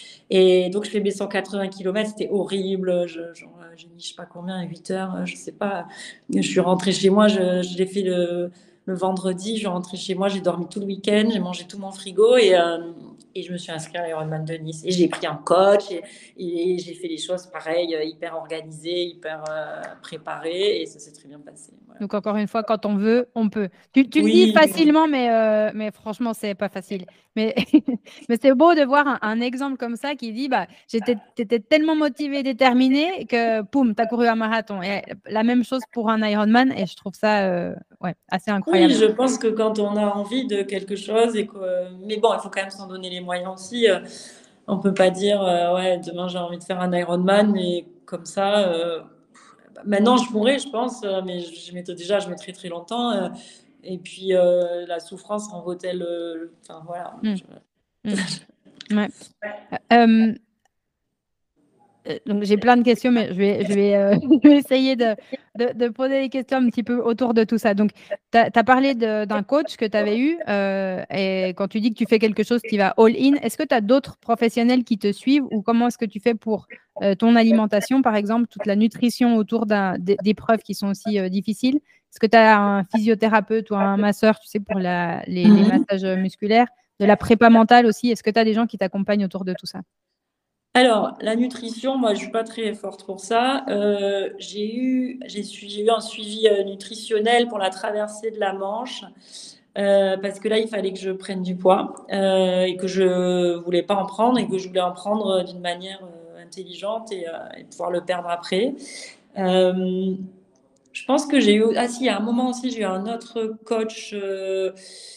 Et donc, je fais mes cent quatre-vingts kilomètres. C'était horrible. Je, genre, j'ai mis, je ne sais pas combien, huit heures, je ne sais pas. Je suis rentrée chez moi. Je, je l'ai fait le, le vendredi. Je suis rentrée chez moi. J'ai dormi tout le week-end. J'ai mangé tout mon frigo. Et, euh, et je me suis inscrite à l'Ironman de Nice. Et j'ai pris un coach. Et, et j'ai fait les choses pareilles, hyper organisées, hyper euh, préparées. Et ça s'est très bien passé. Voilà. Donc, encore une fois, quand on veut, on peut. Tu, tu le dis Oui. facilement, mais, euh, mais franchement, c'est pas facile. Mais, mais c'est beau de voir un, un exemple comme ça qui dit bah, j'étais étais tellement motivé, déterminé que, poum, tu as couru un marathon. Et la même chose pour un Ironman. Et je trouve ça euh, ouais, assez Oui, incroyable. je pense que quand on a envie de quelque chose, et que... mais bon, il faut quand même s'en donner les moyens aussi. euh, On peut pas dire, euh, ouais, demain j'ai envie de faire un Ironman, mais comme ça, euh, maintenant je pourrais, je pense, euh, mais je m'étais déjà, je mettrais très longtemps. euh, et puis euh, la souffrance en vaut-elle, le- enfin voilà. Mm, Je- mm, ouais. Euh, Euh, donc j'ai plein de questions, mais je vais, je vais, euh, je vais essayer de, de, de poser des questions un petit peu autour de tout ça. Donc, tu as parlé de- d'un coach que tu avais eu, euh, et quand tu dis que tu fais quelque chose qui va all-in, est-ce que tu as d'autres professionnels qui te suivent ou comment est-ce que tu fais pour euh, ton alimentation, par exemple, toute la nutrition autour d'un, d- d'épreuves qui sont aussi euh, difficiles? Est-ce que tu as un physiothérapeute ou un masseur, tu sais, pour la, les, les Mhm. massages musculaires, de la prépa mentale aussi? Est-ce que tu as des gens qui t'accompagnent autour de tout ça? Alors, la nutrition, moi, je suis pas très forte pour ça. Euh, j'ai eu, j'ai su- j'ai eu un suivi euh, nutritionnel pour la traversée de la Manche. Euh, parce que là, il fallait que je prenne du poids euh, et que je voulais pas en prendre et que je voulais en prendre euh, d'une manière euh, intelligente et, euh, et pouvoir le perdre après. Euh, je pense que j'ai eu, ah si, à un moment aussi, j'ai eu un autre coach euh,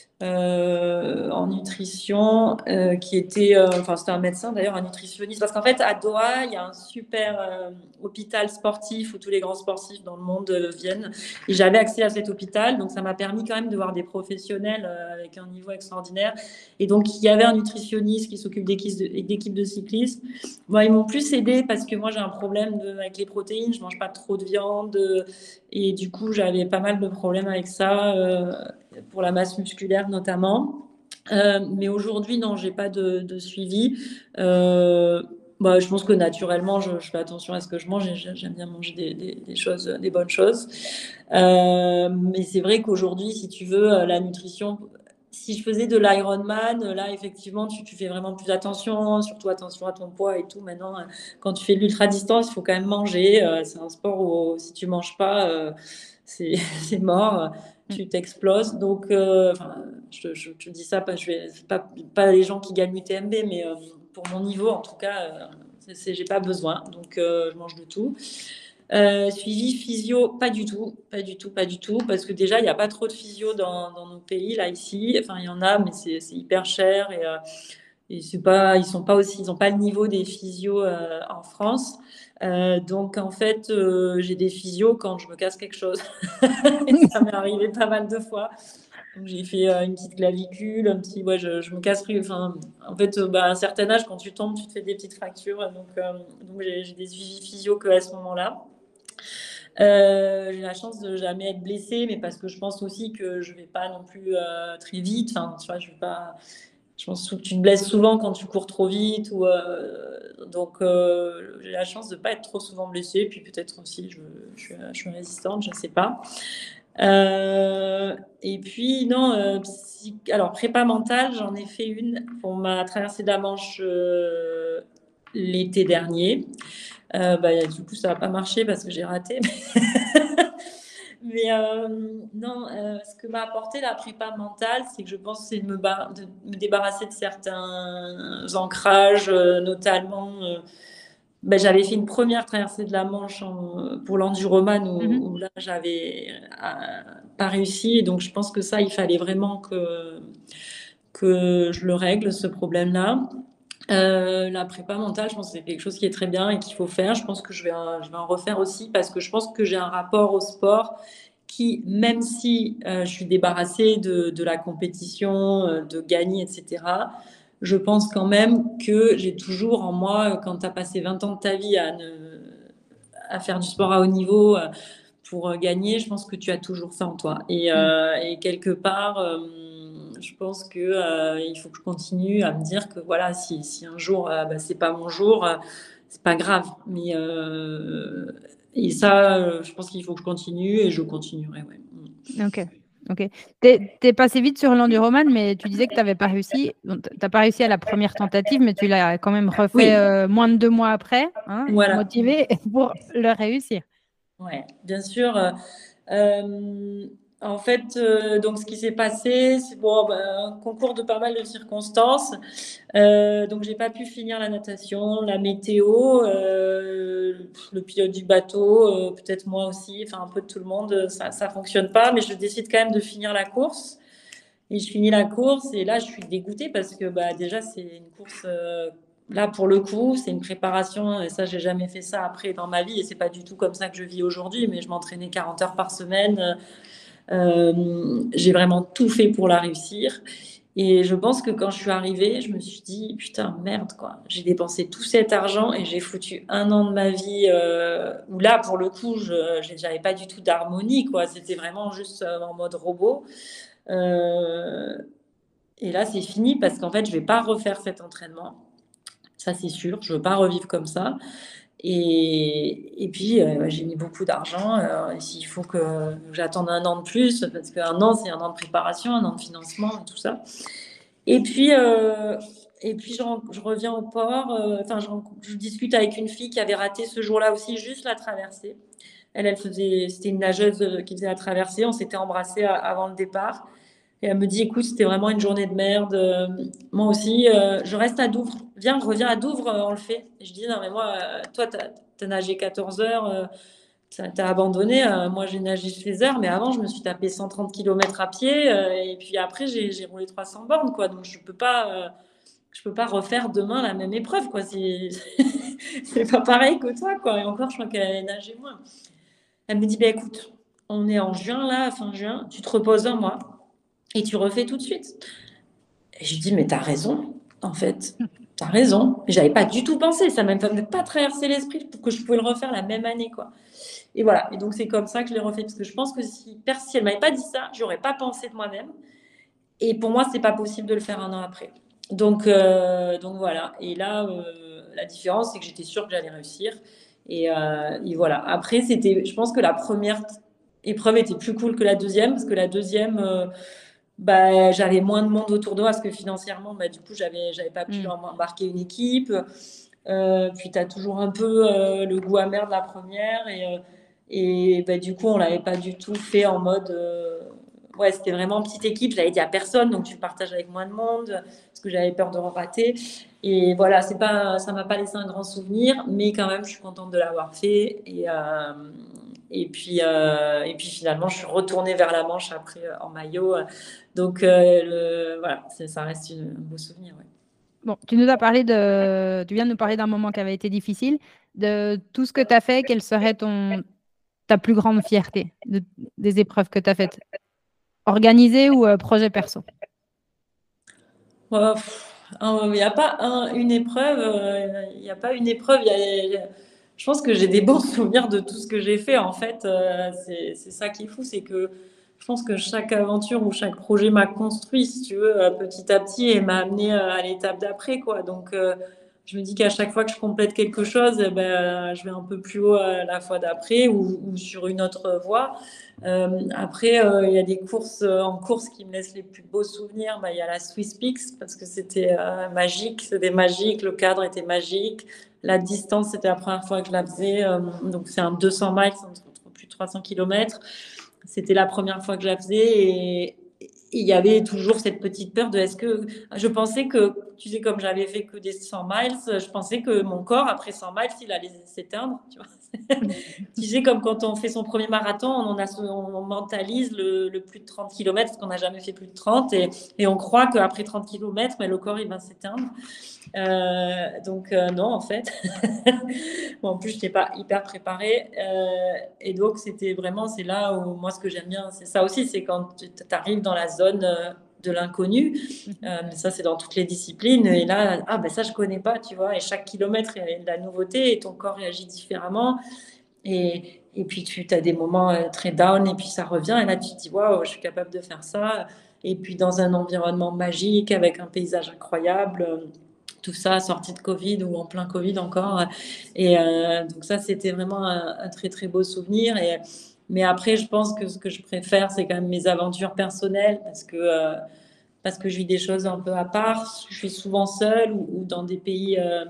euh, en nutrition euh, qui était, euh, enfin c'était un médecin d'ailleurs, un nutritionniste, parce qu'en fait à Doha, il y a un super euh, hôpital sportif où tous les grands sportifs dans le monde euh, viennent. Et j'avais accès à cet hôpital, donc ça m'a permis quand même de voir des professionnels euh, avec un niveau extraordinaire. Et donc il y avait un nutritionniste qui s'occupe d'équipes de, d'équipes de cyclisme. Bon, ils m'ont plus aidé parce que moi j'ai un problème de, avec les protéines, je mange pas trop de viande. Euh, et du coup, j'avais pas mal de problèmes avec ça, euh, pour la masse musculaire notamment. Euh, mais aujourd'hui, non, j'ai pas de, de suivi. Euh, bah, je pense que naturellement, je, je, fais attention à ce que je mange et j'aime bien manger des, des, des choses, des bonnes choses. Euh, mais c'est vrai qu'aujourd'hui, si tu veux, la nutrition, si je faisais de l'Ironman, là, effectivement, tu, tu fais vraiment plus attention, surtout attention à ton poids et tout. Maintenant, quand tu fais de l'ultra-distance, il faut quand même manger. Euh, c'est un sport où si tu manges pas, euh, c'est, c'est mort. Tu t'exploses. Donc, euh, je, je, je dis ça, pas, je vais, pas, pas les gens qui gagnent l'U T M B, mais euh, pour mon niveau, en tout cas, euh, c'est, c'est, j'ai pas besoin. Donc, euh, je mange de tout. Euh, suivi physio, pas du tout, pas du tout, pas du tout, parce que déjà, il n'y a pas trop de physio dans, dans nos pays, là, ici. Enfin, il y en a, mais c'est, c'est hyper cher et, euh, et c'est pas, ils sont pas aussi, ils n'ont pas le niveau des physios euh, en France. Euh, donc, en fait, euh, j'ai des physios quand je me casse quelque chose. Et ça m'est arrivé pas mal de fois. Donc, j'ai fait euh, une petite clavicule, un petit, ouais, je, je me casse. Enfin, en fait, euh, bah, à un certain âge, quand tu tombes, tu te fais des petites fractures. Donc, euh, donc j'ai, j'ai des suivis physio que à ce moment-là. Euh, j'ai la chance de jamais être blessée, mais parce que je pense aussi que je vais pas non plus euh, très vite. Enfin, tu vois, je vais pas, je pense que tu te blesses souvent quand tu cours trop vite. Ou, euh, donc, euh, j'ai la chance de ne pas être trop souvent blessée. Puis peut-être aussi, je, je, suis, je suis résistante, je ne sais pas. Euh, et puis, non, euh, psy... alors prépa mentale, j'en ai fait une pour ma traversée de la Manche euh, l'été dernier. Euh, bah, du coup, ça n'a pas marché parce que j'ai raté. Mais euh, non, euh, ce que m'a apporté la prépa mentale, c'est que je pense que c'est de me, bar- de me débarrasser de certains ancrages, euh, notamment. Euh, ben, j'avais fait une première traversée de la Manche en- pour l'enduroman Mhm. où, où là, j'avais euh, pas réussi. Et donc, je pense que ça, il fallait vraiment que, que je le règle, ce problème-là. Euh, la prépa mentale, je pense que c'est quelque chose qui est très bien et qu'il faut faire. Je pense que je vais, en, je vais en refaire aussi parce que je pense que j'ai un rapport au sport qui, même si euh, je suis débarrassée de, de la compétition, euh, de gagner, et cetera, je pense quand même que j'ai toujours en moi, quand tu as passé vingt ans de ta vie à, ne, à faire du sport à haut niveau euh, pour euh, gagner, je pense que tu as toujours ça en toi. Et, Mm. euh, et quelque part, euh, je pense que euh, il faut que je continue à me dire que voilà, si, si un jour euh, bah, c'est pas mon jour, euh, c'est pas grave. Mais euh, et ça, euh, je pense qu'il faut que je continue et je continuerai. Ouais. Ok. Ok. T'es, t'es passé vite sur l'enduroman, mais tu disais que tu n'avais pas réussi. Donc, t'as pas réussi à la première tentative, mais tu l'as quand même refait Oui, euh, moins de deux mois après, hein, voilà. motivé pour le réussir. Ouais, bien sûr. euh, Euh, en fait, euh, donc ce qui s'est passé, c'est bon, ben, un concours de pas mal de circonstances. Euh, donc j'ai pas pu finir la natation, la météo, euh, le pilote du bateau, euh, peut-être moi aussi, enfin un peu de tout le monde, ça ça fonctionne pas. Mais je décide quand même de finir la course. Et je finis la course et là je suis dégoûtée parce que bah déjà c'est une course. euh, Là, pour le coup, c'est une préparation, et ça, j'ai jamais fait ça après dans ma vie, et c'est pas du tout comme ça que je vis aujourd'hui, mais je m'entraînais quarante heures par semaine. Euh, j'ai vraiment tout fait pour la réussir. Et je pense que quand je suis arrivée, je me suis dit, putain, merde, quoi. J'ai dépensé tout cet argent et j'ai foutu un an de ma vie euh, où là, pour le coup, je n'avais pas du tout d'harmonie, quoi. C'était vraiment juste euh, en mode robot. Euh, et là, c'est fini parce qu'en fait, je vais pas refaire cet entraînement. Ça, c'est sûr. Je veux pas revivre comme ça. Et, et puis, euh, j'ai mis beaucoup d'argent. Euh, S'il faut que j'attende un an de plus, parce qu'un an, c'est un an de préparation, un an de financement et tout ça. Et puis, euh, et puis je, je reviens au port. euh, Enfin, je, je discute avec une fille qui avait raté ce jour-là aussi, juste la traversée. Elle, elle faisait, c'était une nageuse euh, qui faisait la traversée. On s'était embrassés a- avant le départ. Et elle me dit, écoute, c'était vraiment une journée de merde. Euh, moi aussi, euh, je reste à Douvres. Viens, reviens à Douvres, euh, on le fait. Et je dis, non, mais moi, euh, toi, tu as nagé quatorze heures, euh, tu as abandonné. Euh, moi, j'ai nagé seize heures, mais avant, je me suis tapé cent trente kilomètres à pied. Euh, et puis après, j'ai j'ai roulé trois cents bornes, quoi. Donc, je peux pas, euh, je peux pas refaire demain la même épreuve, quoi. C'est c'est pas pareil que toi, quoi. Et encore, je crois qu'elle allait nager moins. Elle me dit, bah, écoute, on est en juin, là, fin juin, tu te reposes un mois et tu refais tout de suite. Et je lui dis, mais t'as raison, en fait. T'as raison. J'avais pas du tout pensé. Ça m'a même pas traversé l'esprit pour que je pouvais le refaire la même année, quoi. Et voilà. Et donc, c'est comme ça que je l'ai refait. Parce que je pense que si, si elle m'avait pas dit ça, j'aurais pas pensé de moi-même. Et pour moi, c'est pas possible de le faire un an après. Donc, euh, donc voilà. Et là, euh, la différence, c'est que j'étais sûre que j'allais réussir. Et, euh, et voilà. Après, c'était, je pense que la première épreuve était plus cool que la deuxième. Parce que la deuxième, euh, bah, j'avais moins de monde autour de moi parce que financièrement, bah, du coup, j'avais, j'avais pas pu Mm. embarquer une équipe. Euh, puis tu as toujours un peu euh, le goût amer de la première. Et, euh, et bah, du coup, on l'avait pas du tout fait en mode. Euh, ouais, c'était vraiment une petite équipe. Je l'avais dit à personne, donc tu partages avec moins de monde parce que j'avais peur de rater. Et voilà, c'est pas, ça m'a pas laissé un grand souvenir, mais quand même, je suis contente de l'avoir fait. Et, euh, et puis, euh, et puis finalement, je suis retournée vers la Manche après euh, en maillot. Donc euh, le, voilà, ça reste une, un beau souvenir. Ouais. Bon, tu nous as parlé de, tu viens de nous parler d'un moment qui avait été difficile. De tout ce que tu as fait, quelle serait ton, ta plus grande fierté de- des épreuves que tu as faites? Organisées ou euh, projet perso? Ouais, pff, il n'y a pas un- une épreuve. euh, Il n'y a pas une épreuve. il y a- il y a- je pense que j'ai des bons souvenirs de tout ce que j'ai fait. En fait, Euh, c'est c'est ça qui est fou, c'est que je pense que chaque aventure ou chaque projet m'a construit, si tu veux, petit à petit et m'a amené à l'étape d'après, quoi. Donc, euh, je me dis qu'à chaque fois que je complète quelque chose, eh ben, je vais un peu plus haut à la fois d'après ou, ou sur une autre voie. Euh, après, euh, il y a des courses euh, en course qui me laissent les plus beaux souvenirs. Bah, il y a la Swiss Peaks parce que c'était euh, magique, c'était magique, le cadre était magique. La distance, c'était la première fois que je la faisais. Euh, donc, c'est un deux cents miles, entre plus de trois cents kilomètres. C'était la première fois que je la faisais et il y avait toujours cette petite peur de est-ce que je pensais que, tu sais, comme j'avais fait que des cent miles, je pensais que mon corps, après cent miles, il allait s'éteindre. Tu vois. Tu sais, comme quand on fait son premier marathon, on, a, on mentalise le, le plus de trente kilomètres parce qu'on n'a jamais fait plus de trente et, et on croit qu'après trente kilomètres, mais le corps, il va s'éteindre. Euh, donc, euh, non, en fait. Bon, en plus, je n'étais pas hyper préparée. Euh, et donc, c'était vraiment, c'est là où moi, ce que j'aime bien, c'est ça aussi, c'est quand tu arrives dans la zone euh, de l'inconnu. Euh, mais ça, c'est dans toutes les disciplines. Et là, ah, ben ça, je ne connais pas, tu vois. Et chaque kilomètre, il y a de la nouveauté et ton corps réagit différemment. Et, et puis, tu as des moments euh, très down et puis ça revient. Et là, tu te dis, waouh, je suis capable de faire ça. Et puis, dans un environnement magique, avec un paysage incroyable. Euh, tout ça sorti de Covid ou en plein Covid encore. Et euh, donc ça, c'était vraiment un, un très, très beau souvenir. Et, mais après, je pense que ce que je préfère, c'est quand même mes aventures personnelles parce que, euh, parce que je vis des choses un peu à part. Je suis souvent seule ou, ou dans des pays, euh,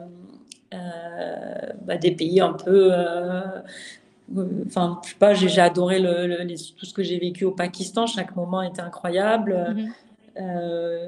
euh, bah, des pays un peu... Euh, Enfin, je sais pas, j'ai adoré le, le, les, tout ce que j'ai vécu au Pakistan. Chaque moment était incroyable. Mm-hmm. Euh,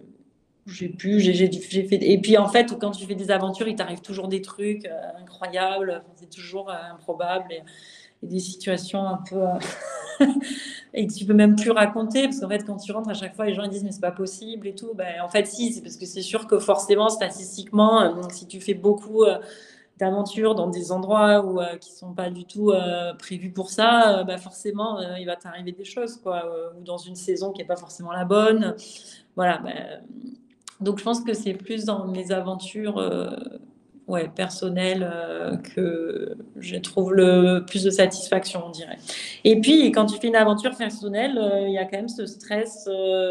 j'ai pu, j'ai, j'ai, j'ai fait. Et puis en fait, quand tu fais des aventures, il t'arrive toujours des trucs euh, incroyables. Enfin, c'est toujours euh, improbable et, et des situations un peu euh, et que tu peux même plus raconter parce qu'en fait, quand tu rentres à chaque fois, les gens ils disent mais c'est pas possible et tout. Ben en fait, si, c'est parce que c'est sûr que forcément, statistiquement, euh, si tu fais beaucoup euh, d'aventures dans des endroits où euh, qui sont pas du tout euh, prévus pour ça, euh, bah forcément, euh, il va t'arriver des choses quoi, euh, ou dans une saison qui est pas forcément la bonne. Voilà. Ben, donc, je pense que c'est plus dans mes aventures euh, ouais, personnelles euh, que je trouve le plus de satisfaction, on dirait. Et puis, quand tu fais une aventure personnelle, euh, il y a quand même ce stress euh,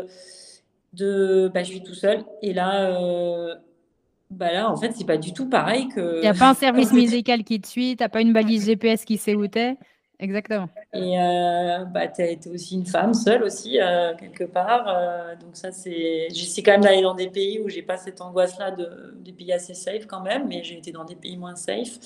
de bah, je suis tout seul. Et là, euh, bah là, en fait, c'est pas du tout pareil Il que. n'y a pas un service médical qui te suit, tu n'as pas une balise G P S qui sait où tu es. Exactement. Et euh, bah, tu as été aussi une femme seule aussi, euh, quelque part. Euh, donc ça, c'est... J'essaie quand même d'aller dans des pays où j'ai pas cette angoisse-là de... des pays assez safe quand même, mais j'ai été dans des pays moins safe.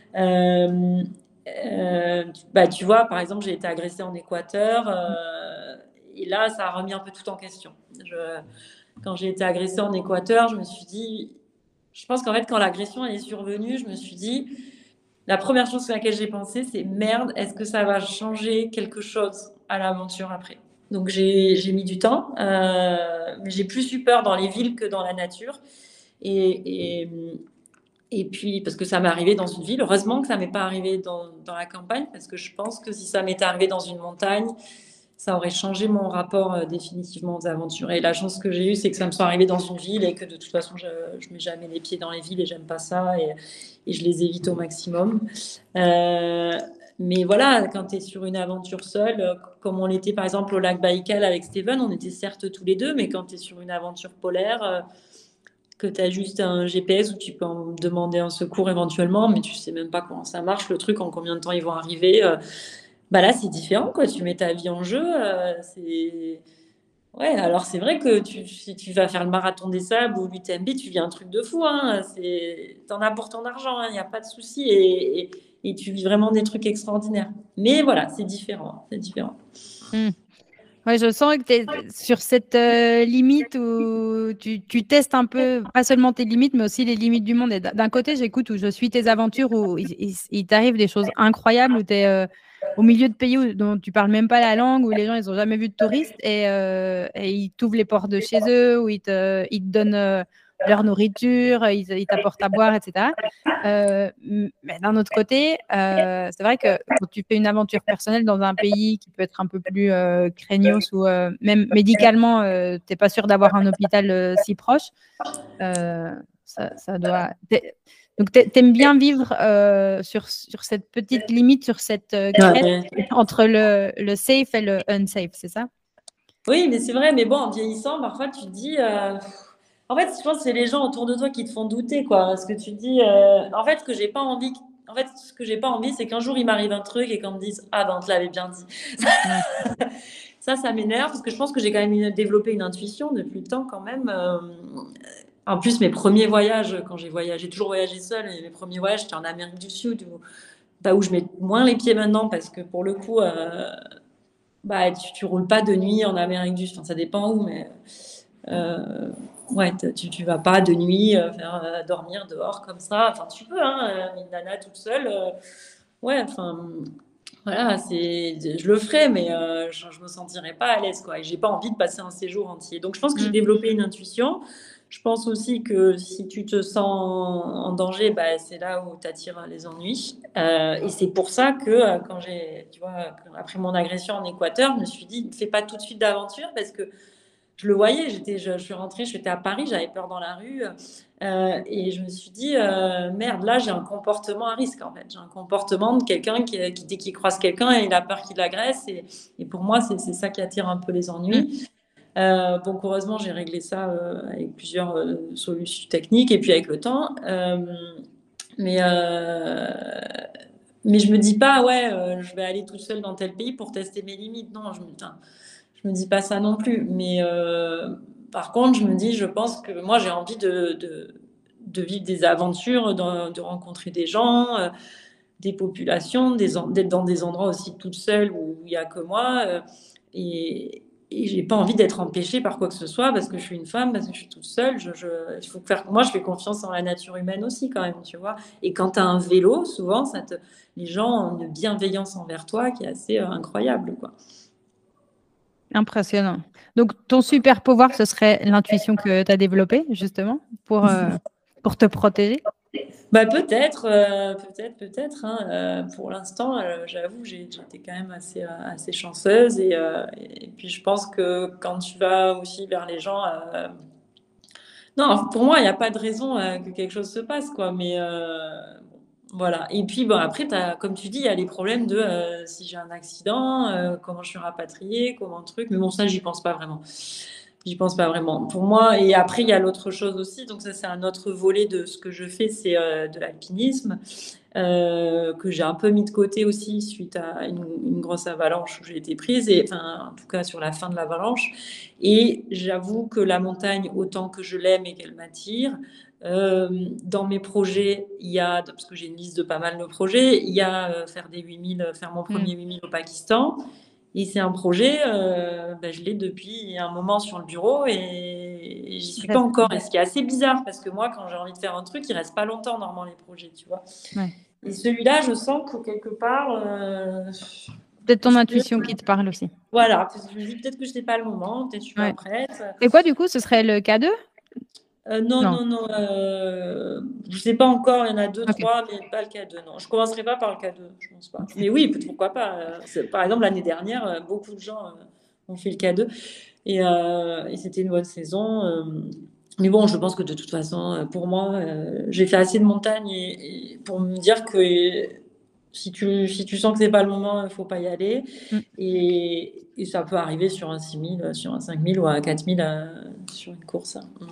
Euh, euh, bah, tu vois, par exemple, j'ai été agressée en Équateur. Euh, et là, ça a remis un peu tout en question. Je... Quand j'ai été agressée en Équateur, je me suis dit... Je pense qu'en fait, quand l'agression est survenue, je me suis dit... La première chose à laquelle j'ai pensé, c'est merde, est-ce que ça va changer quelque chose à l'aventure après? Donc j'ai, j'ai mis du temps, euh, mais j'ai plus eu peur dans les villes que dans la nature. Et, et, et puis, parce que ça m'est arrivé dans une ville, heureusement que ça ne m'est pas arrivé dans, dans la campagne, parce que je pense que si ça m'était arrivé dans une montagne, ça aurait changé mon rapport euh, définitivement aux aventures. Et la chance que j'ai eue, c'est que ça me soit arrivé dans une ville et que de toute façon, je ne mets jamais les pieds dans les villes et j'aime pas ça et, et je les évite au maximum. Euh, mais voilà, quand tu es sur une aventure seule, euh, comme on l'était par exemple au lac Baïkal avec Steven, on était certes tous les deux, mais quand tu es sur une aventure polaire, euh, que tu as juste un G P S où tu peux en demander un secours éventuellement, mais tu sais même pas comment ça marche, le truc, en combien de temps ils vont arriver. Euh, bah là, c'est différent, quoi. Tu mets ta vie en jeu. Euh, c'est... Ouais, alors c'est vrai que tu, si tu vas faire le marathon des sables ou l'U T M B, tu vis un truc de fou. Hein. C'est... T'en as pour ton argent, il n'y a pas de souci. Et, et, et tu vis vraiment des trucs extraordinaires. Mais voilà, c'est différent. C'est différent. Mm. Ouais, je sens que tu es sur cette euh, limite où tu, tu testes un peu, pas seulement tes limites, mais aussi les limites du monde. Et d'un côté, j'écoute où je suis tes aventures, où il, il, il t'arrive des choses incroyables, où tu es euh, au milieu de pays où, dont tu parles même pas la langue, où les gens, ils n'ont jamais vu de touristes, et, euh, et ils t'ouvrent les portes de chez eux, où ils te, ils te donnent euh, leur nourriture, ils, ils t'apportent à boire, et cetera. Euh, mais d'un autre côté, euh, c'est vrai que quand tu fais une aventure personnelle dans un pays qui peut être un peu plus euh, craignos ou euh, même médicalement, euh, tu n'es pas sûr d'avoir un hôpital euh, si proche, euh, ça, ça doit... Donc, t'a- t'aimes bien vivre euh, sur, sur cette petite limite, sur cette euh, crête Ouais. entre le, le safe et le unsafe, c'est ça? Oui, mais c'est vrai, mais bon, en vieillissant, parfois tu te dis. euh, En fait, je pense que c'est les gens autour de toi qui te font douter, quoi. Parce que tu te dis. euh, En fait, ce que j'ai pas envie. En fait, ce que j'ai pas envie, c'est qu'un jour il m'arrive un truc et qu'on me dise ah ben on te l'avait bien dit. Ouais. Ça, ça m'énerve parce que je pense que j'ai quand même une- développé une intuition depuis le temps quand même. euh, En plus, mes premiers voyages, quand j'ai voyagé, j'ai toujours voyagé seule, et mes premiers voyages, c'était en Amérique du Sud, où, bah, où je mets moins les pieds maintenant parce que pour le coup, euh, bah, tu, tu roules pas de nuit en Amérique du Sud. Enfin, ça dépend où, mais euh, ouais, t- tu, tu vas pas de nuit euh, faire euh, dormir dehors comme ça. Enfin, tu peux, hein, euh, une nana toute seule. euh, ouais, enfin, voilà, c'est, je le ferai, mais euh, je, je me sentirai pas à l'aise, quoi. Et j'ai pas envie de passer un séjour entier. Donc, je pense que j'ai Mm. développé une intuition. Je pense aussi que si tu te sens en danger, bah, c'est là où tu attires les ennuis. Euh, et c'est pour ça que euh, quand j'ai, tu vois, après mon agression en Équateur, je me suis dit, ne fais pas tout de suite d'aventure parce que je le voyais. J'étais, je, je suis rentrée, j'étais à Paris, j'avais peur dans la rue. Euh, et je me suis dit, euh, merde, là, j'ai un comportement à risque, en fait. J'ai un comportement de quelqu'un qui, qui dès qu'il croise quelqu'un, il a peur qu'il l'agresse. Et, et pour moi, c'est c'est ça qui attire un peu les Mm. ennuis. Euh, donc, heureusement, j'ai réglé ça euh, avec plusieurs euh, solutions techniques et puis avec le temps. Euh, mais, euh, mais je me dis pas, ouais, euh, je vais aller toute seule dans tel pays pour tester mes limites. Non, je me, putain, je me dis pas ça non plus. Mais euh, par contre, je me dis, je pense que moi, j'ai envie de, de, de vivre des aventures, de, de rencontrer des gens, euh, des populations, des en- d'être dans des endroits aussi toute seule où il y a que moi. euh, et et j'ai pas envie d'être empêchée par quoi que ce soit parce que je suis une femme, parce que je suis toute seule. Je, je, il faut faire, moi, je fais confiance en la nature humaine aussi, quand même, tu vois. Et quand tu as un vélo, souvent, ça te, les gens ont une bienveillance envers toi qui est assez euh, incroyable, quoi. Impressionnant. Donc, ton super pouvoir, ce serait l'intuition que tu as développée, justement, pour, euh, pour te protéger. Bah peut-être, euh, peut-être, peut-être. Hein. Euh, pour l'instant, euh, j'avoue, j'ai- j'étais quand même assez, euh, assez chanceuse. Et, euh, et puis je pense que quand tu vas aussi vers les gens, euh, non, pour moi, il n'y a pas de raison euh, que quelque chose se passe, quoi. Mais euh, voilà. Et puis bon, après, t'as, comme tu dis, il y a les problèmes de euh, si j'ai un accident, euh, comment je suis rapatriée, comment truc. Mais bon, ça, j'y pense pas vraiment. J'y pense pas vraiment. Pour moi, et après, il y a l'autre chose aussi. Donc ça, c'est un autre volet de ce que je fais, c'est euh, de l'alpinisme euh, que j'ai un peu mis de côté aussi suite à une, une grosse avalanche où j'ai été prise, et enfin, en tout cas sur la fin de l'avalanche. Et j'avoue que la montagne, autant que je l'aime et qu'elle m'attire, euh, dans mes projets, il y a, parce que j'ai une liste de pas mal de projets, il y a euh, faire des huit mille, faire mon Mm. premier huit mille au Pakistan. Et c'est un projet, euh, ben, je l'ai depuis un moment sur le bureau et, et j'y suis pas Reste- encore. Et ce qui est assez bizarre, parce que moi, quand j'ai envie de faire un truc, il reste pas longtemps normalement les projets, tu vois. ouais. Et celui-là, je sens que quelque part, euh, Peut-être ton je peux- intuition qui te parle aussi. voilà, parce que je me dis peut-être que je n'ai pas le moment, peut-être que je suis pas Ouais. prête. Et quoi, du coup, ce serait le K deux? Euh, non, Non. non, non, euh, je sais pas encore, il y en a deux, Ok. trois, mais pas le K deux, non. Je commencerai pas par le K deux, je pense pas. Mais oui, pourquoi pas. euh, c'est- Par exemple, l'année dernière, euh, beaucoup de gens euh, ont fait le K deux et, euh, et c'était une bonne saison. euh, mais bon, je pense que de toute façon, euh, pour moi, euh, j'ai fait assez de montagnes et, et pour me dire que euh, si tu, si tu sens que c'est pas le moment, il faut pas y aller. Mm. Et, et ça peut arriver sur un six mille, sur un cinq mille ou un quatre mille euh, sur une course. Hein. Mm.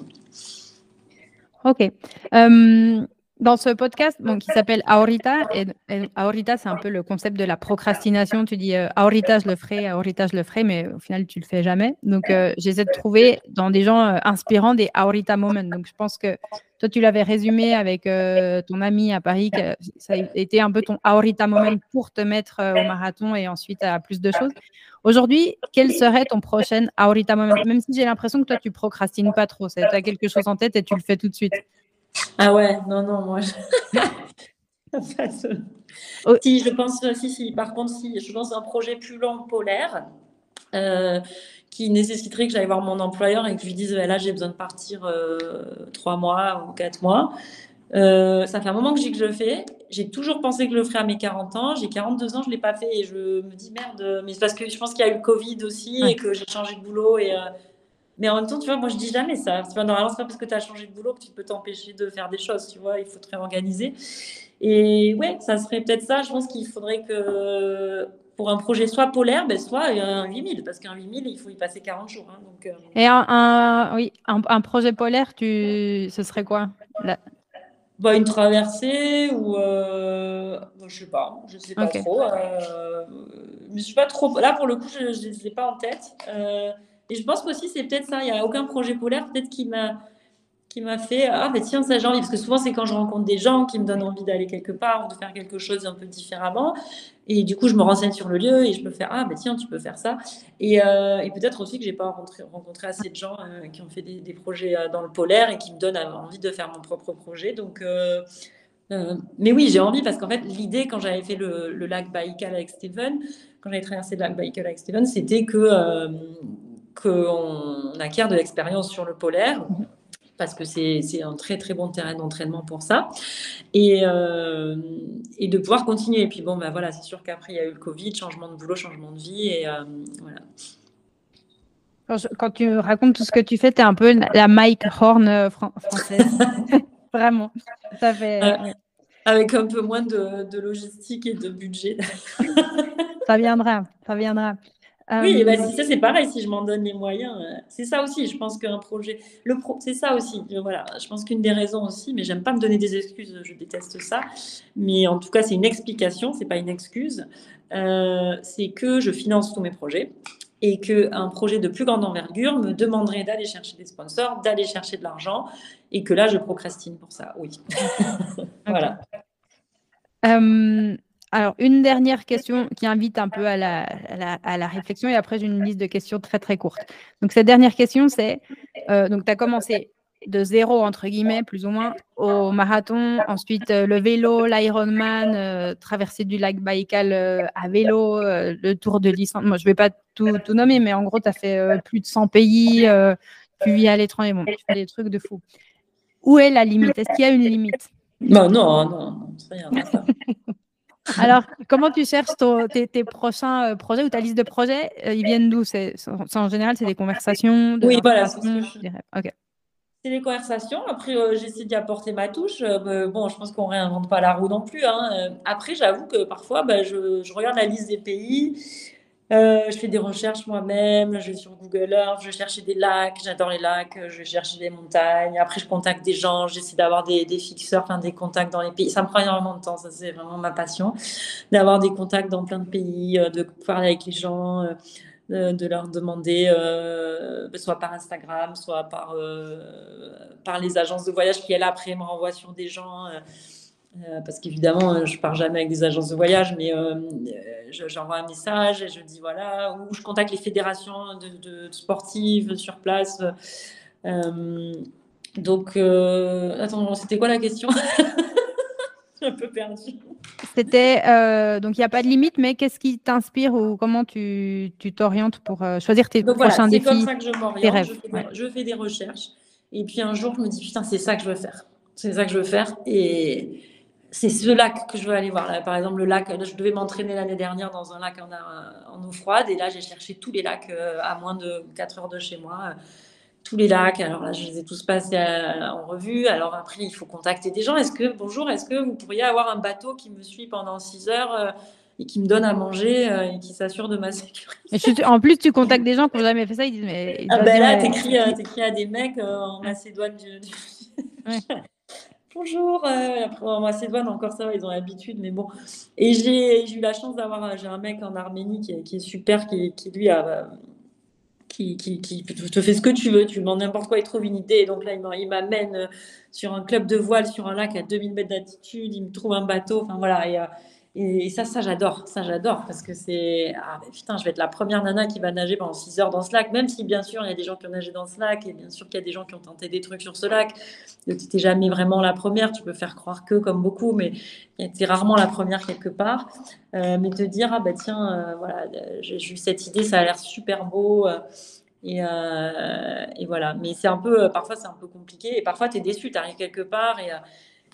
Ok. Euh, dans ce podcast bon, qui s'appelle Ahorita, et, et Ahorita, c'est un peu le concept de la procrastination. Tu dis euh, Ahorita, je le ferai, Ahorita, je le ferai, mais au final, tu le fais jamais. Donc, euh, j'essaie de trouver dans des gens euh, inspirants des Ahorita moments. Donc, je pense que toi, tu l'avais résumé avec euh, ton ami à Paris, que ça a été un peu ton Ahorita moment pour te mettre euh, au marathon et ensuite à plus de choses. Aujourd'hui, quel serait ton prochain Ahorita moment? Même si j'ai l'impression que toi, tu procrastines pas trop. Tu as quelque chose en tête et tu le fais tout de suite. Ah ouais, non, non, moi, je... pas de- Oh, Si, je pense, si, si, par contre, si, je pense à un projet plus long polaire euh, qui nécessiterait que j'aille voir mon employeur et que je lui dise, bah, là, j'ai besoin de partir euh, trois mois ou quatre mois. Euh, ça fait un moment que je dis que je le fais. J'ai toujours pensé que je le ferais à mes quarante ans. J'ai quarante-deux ans, je ne l'ai pas fait et je me dis merde. Mais c'est parce que je pense qu'il y a eu le Covid aussi et ouais. que j'ai changé de boulot et, euh, Mais en même temps, tu vois, moi, je dis jamais ça. C'est pas, normalement, c'est pas parce que tu as changé de boulot que tu peux t'empêcher de faire des choses, tu vois. Il faut te réorganiser. Et ouais, ça serait peut-être ça. Je pense qu'il faudrait que pour un projet soit polaire, ben, soit un huit mille. Parce qu'un huit mille, il faut y passer quarante jours. Hein, donc, euh... Et un, un- oui, un, un projet polaire, tu, ce serait quoi? Là. bah, une traversée ou euh... bah, je sais pas, je sais pas Ok. trop. Euh... Je suis pas trop. Là, pour le coup, je ne les ai pas en tête. Euh... Et je pense qu'aussi, c'est peut-être ça. Il n'y a aucun projet polaire, peut-être qui m'a qui m'a fait ah mais tiens ça j'ai envie parce que souvent c'est quand je rencontre des gens qui me donnent envie d'aller quelque part ou de faire quelque chose un peu différemment et du coup je me renseigne sur le lieu et je peux faire ah ben tiens tu peux faire ça et, euh, et peut-être aussi que j'ai pas rencontré, rencontré assez de gens euh, qui ont fait des, des projets euh, dans le polaire et qui me donnent euh, envie de faire mon propre projet donc euh, euh, mais oui j'ai envie parce qu'en fait l'idée quand j'avais fait le, le lac Baïkal avec Steven quand j'avais traversé le lac Baïkal avec Steven c'était que euh, qu'on acquiert de l'expérience sur le polaire Mhm. parce que c'est, c'est un très très bon terrain d'entraînement pour ça, et, euh, et de pouvoir continuer. Et puis bon, ben voilà, c'est sûr qu'après il y a eu le Covid, changement de boulot, changement de vie, et euh, voilà. Quand, je- quand tu racontes tout ce que tu fais, tu es un peu la la Mike Horn euh, fran- française. Vraiment. Ça fait, Euh, oui. avec un peu moins de, de logistique et de budget. Ça viendra, ça viendra. Oui, et ben, Euh, si ça c'est pareil, si je m'en donne les moyens, euh, c'est ça aussi. Je pense qu'un projet, le pro, c'est ça aussi. Euh, Voilà, je pense qu'une des raisons aussi, mais j'aime pas me donner des excuses, je déteste ça. Mais en tout cas, c'est une explication, c'est pas une excuse. Euh, c'est que je finance tous mes projets et que un projet de plus grande envergure me demanderait d'aller chercher des sponsors, d'aller chercher de l'argent, et que là, je procrastine pour ça. Oui, ok, ok. voilà. Euh, alors, une dernière question qui invite un peu à la, à la, à la réflexion et après j'ai une liste de questions très très courte. Donc, cette dernière question, c'est, euh, donc tu as commencé de zéro, entre guillemets, plus ou moins, au marathon, ensuite euh, le vélo, l'Ironman, euh, traversée du lac Baïkal euh, à vélo, euh, le tour de l'Islande. Moi, je ne vais pas tout, tout nommer, mais en gros, tu as fait euh, plus de cent pays, euh, tu vis à l'étranger, bon, tu fais des trucs de fou. Où est la limite? Est-ce qu'il y a une limite? Non, non, non, non, c'est rien à ça. Alors, comment tu cherches ton- tes, tes prochains euh, projets ou ta liste de projets? euh, ils viennent d'où? C'est, c'est- en général, c'est des conversations, de Oui, voilà, c'est ce que l'inspiration, je des rêves. Ok. C'est les conversations. Après, euh, j'essaie d'y apporter ma touche. Euh, bah, bon, je pense qu'on réinvente pas la roue non plus. Hein. Euh, après, j'avoue que parfois, bah, je, je regarde la liste des pays. Euh, je fais des recherches moi-même. Je vais sur Google Earth. Je cherche des lacs. J'adore les lacs. Je cherche des montagnes. Après, je contacte des gens. J'essaie d'avoir des, des fixeurs, enfin, des contacts dans les pays. Ça me prend énormément de temps. Ça, c'est vraiment ma passion. D'avoir des contacts dans plein de pays, euh, de parler avec les gens. Euh, de, de leur demander, euh, soit par Instagram, soit par, euh, par les agences de voyage qui, elles, après, me renvoient sur des gens. Euh, euh, parce qu'évidemment, euh, je pars jamais avec des agences de voyage, mais euh, je- j'envoie un message et je dis voilà, ou je contacte les fédérations de, de- de sportives sur place. Euh, donc, euh, attends, c'était quoi la question? Je suis un peu perdue. C'était, euh, donc il n'y a pas de limite, mais qu'est-ce qui t'inspire ou comment tu, tu t'orientes pour euh, choisir tes Donc voilà, prochains c'est comme défis, ça que je tes m'oriente. Je rêves? fais des, Ouais. je fais des recherches. Et puis un jour, je me dis, putain, c'est ça que je veux faire. C'est ça que je veux faire. Et c'est ce lac que je veux aller voir. Là, par exemple, le lac, là, je devais m'entraîner l'année dernière dans un lac en, en eau froide. Et là, j'ai cherché tous les lacs euh, à moins de quatre heures de chez moi. Euh, tous les lacs. Alors là, je les ai tous passés à- en revue. Alors après, il faut contacter des gens. Est-ce que, bonjour, est-ce que vous pourriez avoir un bateau qui me suit pendant six heures euh, et qui me donne à manger euh, et qui s'assure de ma Et sécurité? tu- en plus, tu contactes des gens qui n'ont jamais fait ça, ils disent, mais ils Ah doivent ben dire, là, mais c'est t'écris, euh, qui? t'écris à des mecs euh, en Ouais, Macédoine du, du- ouais. Bonjour, euh, après, en Macédoine encore ça va, ils ont l'habitude, mais bon. Et j'ai j'ai eu la chance d'avoir, euh, j'ai un mec en Arménie qui est, qui est super, qui, qui lui a, euh, qui, qui, qui te fait ce que tu veux, tu lui demandes n'importe quoi, il trouve une idée. Et donc là, il m'a- il m'amène euh, sur un club de voile, sur un lac à deux mille mètres d'altitude, il me trouve un bateau, enfin voilà. Et, euh, et, et ça, ça j'adore, ça j'adore, parce que c'est, ah mais putain, je vais être la première nana qui va nager pendant six heures dans ce lac, même si bien sûr, il y a des gens qui ont nagé dans ce lac, et bien sûr qu'il y a des gens qui ont tenté des trucs sur ce lac. Tu n'étais jamais vraiment la première, tu peux faire croire que, comme beaucoup, mais tu es rarement la première quelque part. Euh, mais te dire, ah bah tiens, euh, voilà, euh, j'ai j'ai eu cette idée, ça a l'air super beau. euh, et, euh, et voilà. Mais c'est un peu, parfois c'est un peu compliqué. Et parfois tu es déçu, tu arrives quelque part et, euh,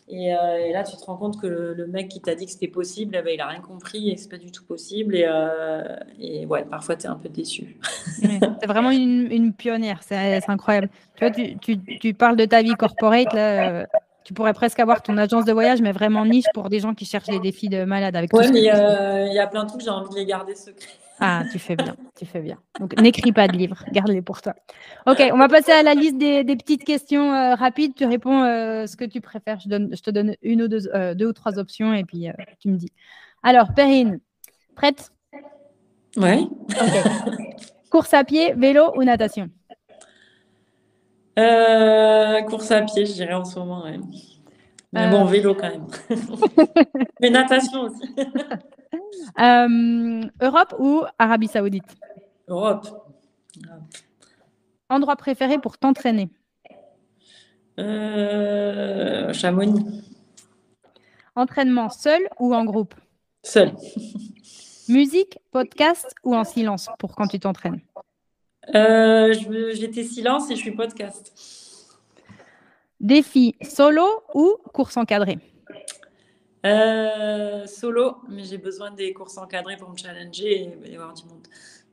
Et, euh, et là, tu te rends compte que le, le mec qui t'a dit que c'était possible, eh ben, il a rien compris et que c'est pas du tout possible. Et, euh, et ouais, parfois, tu es un peu déçu. Ouais. C'est vraiment une, une pionnière, c'est c'est incroyable. Tu vois, tu, tu, tu parles de ta vie corporate, là, euh, tu pourrais presque avoir ton agence de voyage, mais vraiment niche pour des gens qui cherchent les défis de malade avec tout Ouais, ce que mais tu fais. euh, il y a plein de trucs, j'ai envie de les garder secrets. Ah, tu fais bien, tu fais bien. Donc, n'écris pas de livres, garde-les pour toi. Ok, on va passer à la liste des, des petites questions euh, rapides. Tu réponds euh, ce que tu préfères. Je, donne, je te donne une ou deux, euh, deux ou trois options et puis euh, tu me dis. Alors, Perrine, prête? Ouais. Ok. Course à pied, vélo ou natation? Euh, course à pied, je dirais en ce moment, ouais. Mais Euh, bon, vélo quand même. Mais natation aussi. euh, Europe ou Arabie Saoudite? Europe. Endroit préféré pour t'entraîner? Euh, Chamonix. Entraînement seul ou en groupe? Seul. Musique, podcast ou en silence pour quand tu t'entraînes? Euh, je veux- j'étais silence et je suis podcast. Défi solo ou course encadrée? Euh, solo, mais j'ai besoin des courses encadrées pour me challenger et, et voir du monde.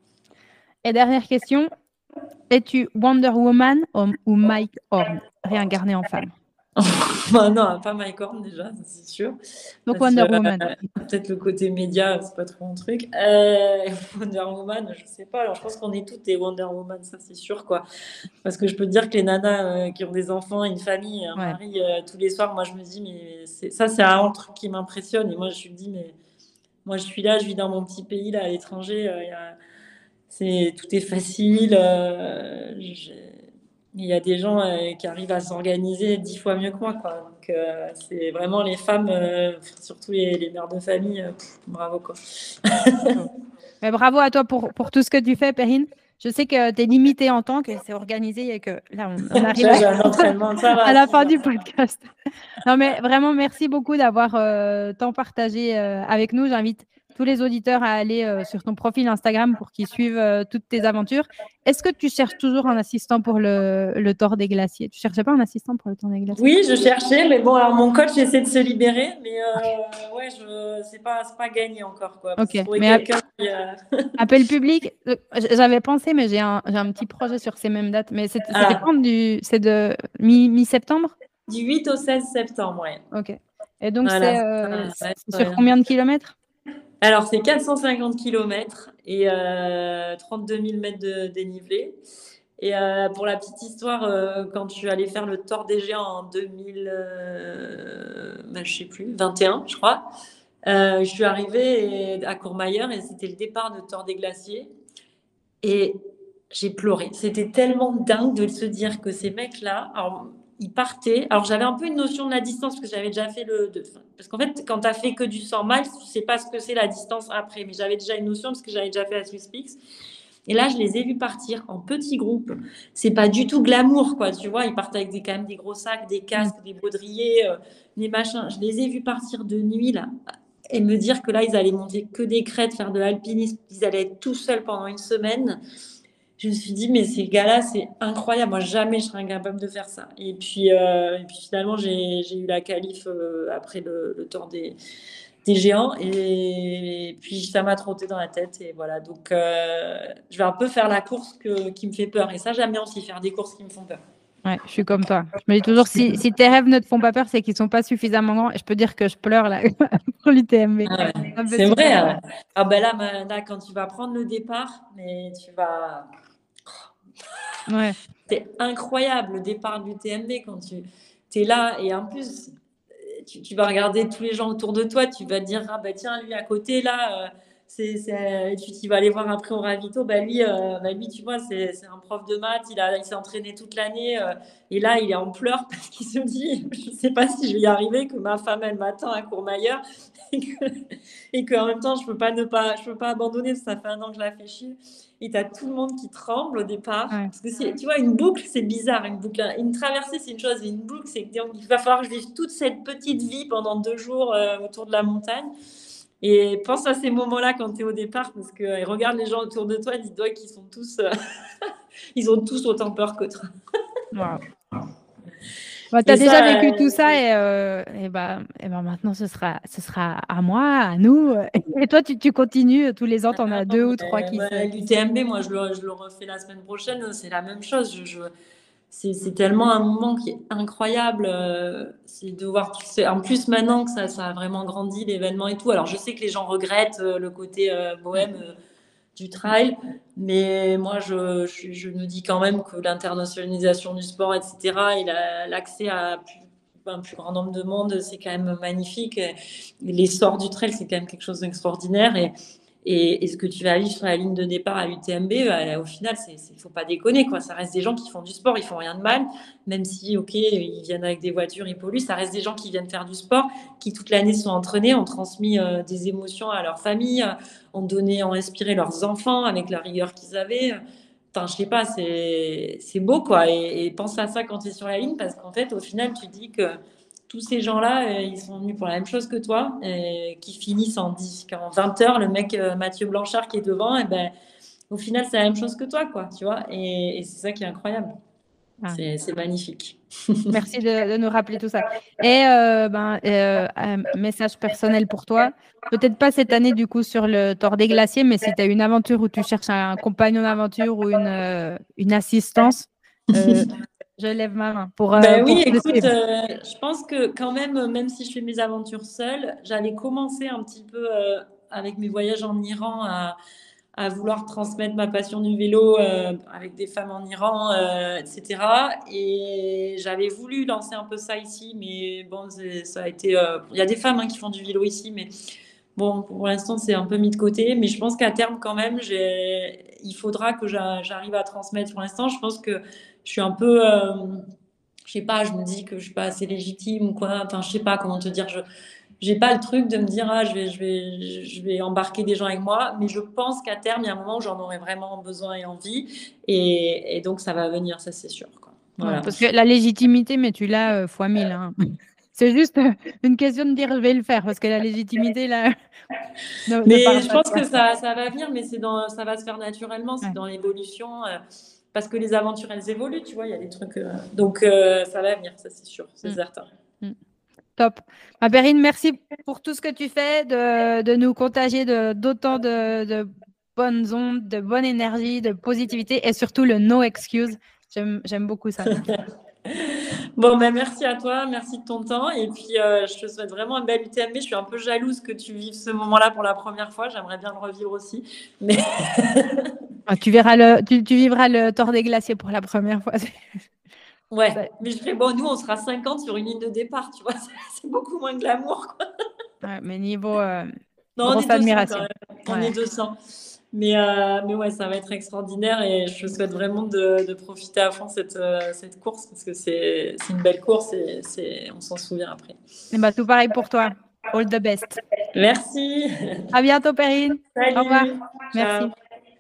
Et dernière question, es-tu Wonder Woman ou, ou Mike Horn, réincarné en femme? Bah non, pas Mike Horn déjà, ça, c'est sûr. Donc Parce que Wonder euh, Woman. peut-être le côté média, c'est pas trop mon truc. Euh, Wonder Woman, je sais pas. Alors je pense qu'on est toutes des Wonder Woman, ça c'est sûr quoi. Parce que je peux te dire que les nanas euh, qui ont des enfants, une famille, un Ouais. mari, euh, tous les soirs, moi je me dis, mais c'est- ça c'est un truc qui m'impressionne. Et moi je me dis, mais moi je suis là, je vis dans mon petit pays là à l'étranger. euh, y a- c'est, tout est facile. euh, j'ai- il y a des gens euh, qui arrivent à s'organiser dix fois mieux que moi, quoi. Donc, euh, c'est vraiment les femmes, euh, surtout les, les mères de famille, euh, pff, bravo, quoi. Bravo. Mais bravo à toi pour, pour tout ce que tu fais, Perrine. Je sais que tu es limitée en temps, que c'est organisé et que là, on, on arrive J'ai à, j'ai un entraînement, ça va à à la six fin heures. du podcast. Non, mais vraiment, merci beaucoup d'avoir euh, tant partagé euh, avec nous. J'invite tous les auditeurs à aller euh, sur ton profil Instagram pour qu'ils suivent euh, toutes tes aventures. Est-ce que tu cherches toujours un assistant pour le, le Tour des Glaciers? Tu cherchais pas un assistant pour le Tour des Glaciers? Oui, je cherchais, mais bon, alors mon coach essaie de se libérer, mais Ok. euh, ouais, je, c'est pas, c'est pas gagné encore, quoi. Parce Ok. qu'il faudrait Mais a- quelqu'un qui. euh, appel public, euh, j'avais pensé, mais j'ai un, j'ai un petit projet sur ces mêmes dates. Mais c'est- c'était Ah, quand du, c'est de mi, mi-septembre? du huit au seize septembre, ouais. Ok. Et donc, Voilà, c'est ça euh, va c'est être, sur euh, combien de kilomètres? Alors, c'est quatre cent cinquante kilomètres et euh, trente-deux mille mètres de dénivelé. Et euh, pour la petite histoire, euh, quand je suis allée faire le Tour des Géants en deux mille, euh, ben, je sais plus, vingt et un, je crois, euh, je suis arrivée et- à Courmayeur et c'était le départ de Tour des Glaciers. Et j'ai pleuré. C'était tellement dingue de se dire que ces mecs-là, alors, ils partaient. Alors, j'avais un peu une notion de la distance parce que j'avais déjà fait le. de- Parce qu'en fait, quand tu as fait que du cent miles, tu sais pas ce que c'est la distance après. Mais j'avais déjà une notion parce que j'avais déjà fait la Swiss Peaks. Et là, je les ai vus partir en petits groupes. C'est pas du tout glamour, quoi. Tu vois, ils partent avec des, quand même des gros sacs, des Mm. casques, des baudriers, euh, des machins. Je les ai vus partir de nuit, là. Et me dire que là, ils allaient monter que des crêtes, faire de l'alpinisme. Ils allaient être tout seuls pendant une semaine. Je me suis dit, mais ces gars-là, c'est incroyable. Moi, jamais je serais incapable de faire ça. Et puis, euh, et puis finalement, j'ai j'ai eu la qualif euh, après le, le Tour des, des géants. Et, et puis, ça m'a trotté dans la tête. Et voilà. Donc, euh, je vais un peu faire la course que, qui me fait peur. Et ça, j'aime bien aussi faire des courses qui me font peur. Ouais, je suis comme toi. Je me dis toujours, si, si tes rêves ne te font pas peur, c'est qu'ils sont pas suffisamment grands. Et je peux dire que je pleure là pour l'U T M B. Ah ouais, Ça me fait c'est vrai. super peur. Hein. Ah ben là, ma- là, quand tu vas prendre le départ, mais tu vas. Ouais. C'est incroyable le départ du T M B quand tu es là et en plus tu, tu vas regarder tous les gens autour de toi, tu vas te dire ah bah tiens lui à côté là, euh, c'est, c'est, tu, tu vas aller voir après au ravito, bah lui, euh, bah lui tu vois c'est, c'est un prof de maths, il, a, il s'est entraîné toute l'année euh, et là il est en pleurs parce qu'il se dit je sais pas si je vais y arriver, que ma femme elle m'attend à Courmayeur et, que, et qu'en même temps je peux pas ne pas je peux pas abandonner parce que ça fait un an que je la fais chier. Et tu as tout le monde qui tremble au départ. Ouais. Parce que c'est, tu vois, une boucle, c'est bizarre. Une boucle, une traversée, c'est une chose. Mais une boucle, c'est qu'il va falloir que je vive toute cette petite vie pendant deux jours euh, autour de la montagne. Et pense à ces moments-là quand tu es au départ, parce que euh, regarde les gens autour de toi, dis-toi qu'ils sont tous, euh, ils ont tous autant peur que toi. Wow. Bah, tu Et as déjà ça, vécu euh, tout ça c'est- et, euh, et, bah, et bah, maintenant ce sera, ce sera à moi, à nous. Et toi, tu, tu continues, tous les ans, tu en ah as non, deux ou trois mais, qui se... ouais, Qui se... l'U T M B, moi, je le, je le refais la semaine prochaine, c'est la même chose. Je, je- c'est c'est tellement un moment qui est incroyable. euh, c'est de voir tout c'est- En plus, maintenant que ça, ça a vraiment grandi, l'événement et tout. Alors, je sais que les gens regrettent euh, le côté euh, Mm, bohème euh, du trail, mais moi, je, je, je me dis quand même que l'internationalisation du sport, et cetera, et la- l'accès à plus- un plus grand nombre de monde, c'est quand même magnifique. Et l'essor du trail, c'est quand même quelque chose d'extraordinaire. Et, et, et ce que tu vas vivre sur la ligne de départ à l'U T M B, euh, au final, il ne faut pas déconner, quoi. Ça reste des gens qui font du sport, ils font rien de mal, même si, ok, ils viennent avec des voitures, ils polluent. Ça reste des gens qui viennent faire du sport, qui toute l'année sont entraînés, ont transmis euh, des émotions à leur famille, euh, ont donné, ont inspiré leurs enfants avec la rigueur qu'ils avaient. Enfin, je sais pas, c'est c'est beau, quoi. Et, et pense à ça quand tu es sur la ligne, parce qu'en fait, au final, tu dis que tous ces gens-là, euh, ils sont venus pour la même chose que toi, et qui finissent en, dix, en vingt heures. Le mec, euh, Mathieu Blanchard, qui est devant, et ben, au final, c'est la même chose que toi, quoi, tu vois. Et, et c'est ça qui est incroyable. ah. C'est c'est magnifique. Merci de, de nous rappeler tout ça. Et euh, ben, euh, un message personnel pour toi. Peut-être pas cette année, du coup, sur le Tour des Glaciers, mais si tu as une aventure où tu cherches un compagnon d'aventure ou une, euh, une assistance, euh, je lève ma main pour, euh, Ben pour oui, te écoute, suivre. euh, je pense que quand même, même si je fais mes aventures seule, j'allais commencer un petit peu euh, avec mes voyages en Iran à, à vouloir transmettre ma passion du vélo euh, avec des femmes en Iran, euh, et cetera. Et j'avais voulu lancer un peu ça ici, mais bon, c'est- ça a été. euh, Il y a des femmes hein, qui font du vélo ici, mais bon, pour l'instant, c'est un peu mis de côté. Mais je pense qu'à terme, quand même, j'ai, il faudra que j'a- j'arrive à transmettre. Pour l'instant, je pense que je suis un peu. euh, je sais pas, je me dis que je suis pas assez légitime ou quoi. Enfin, je sais pas comment te dire. Je j'ai pas le truc de me dire ah je vais je vais je vais embarquer des gens avec moi, mais je pense qu'à terme il y a un moment où j'en aurai vraiment besoin et envie, et, et donc ça va venir, ça c'est sûr, quoi. Ouais, Voilà. parce que la légitimité, mais tu l'as euh, fois mille, hein. C'est juste euh, une question de dire je vais le faire, parce que la légitimité, là, ne, ne Mais parle je pas de pense toi. que ça ça va venir, mais c'est dans ça va se faire naturellement, c'est Ouais. dans l'évolution. euh, parce que les aventures elles évoluent, tu vois, il y a des trucs euh, donc euh, ça va venir, ça c'est sûr, c'est Mm, certain. mm. Top. Ma Perrine, merci pour tout ce que tu fais, de, de nous contagier de, d'autant de, de bonnes ondes, de bonne énergie, de positivité et surtout le no excuse. J'aime, j'aime beaucoup ça. Bon, ben merci à toi, merci de ton temps. Et puis, euh, je te souhaite vraiment un bel U T M B. Je suis un peu jalouse que tu vives ce moment-là pour la première fois. J'aimerais bien le revivre aussi. Mais Ah, tu verras le, tu, tu vivras le Tour des Glaciers pour la première fois. ouais, Ça- mais je ferai bon, nous, on sera cinquante sur une ligne de départ, tu vois. C'est beaucoup moins glamour, quoi. ouais, mais niveau euh, Non, on est grosse deux cents quand admiration. même. On est Ouais. deux cents. Mais, euh, mais ouais, ça va être extraordinaire et je souhaite vraiment de, de profiter à fond cette, euh, cette course parce que c'est c'est une belle course et c'est, on s'en souvient après. Et bah, tout pareil pour toi. All the best. Merci. À bientôt, Perrine. Au revoir. Salut. Merci. Ciao.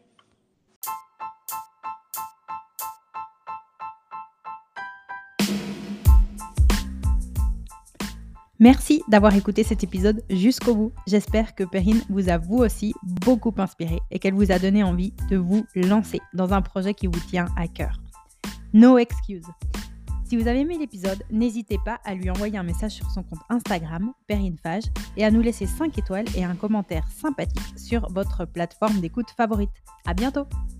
Merci d'avoir écouté cet épisode jusqu'au bout. J'espère que Perrine vous a vous aussi beaucoup inspiré et qu'elle vous a donné envie de vous lancer dans un projet qui vous tient à cœur. No excuse. Si vous avez aimé l'épisode, n'hésitez pas à lui envoyer un message sur son compte Instagram, PerrineFage, et à nous laisser cinq étoiles et un commentaire sympathique sur votre plateforme d'écoute favorite. À bientôt!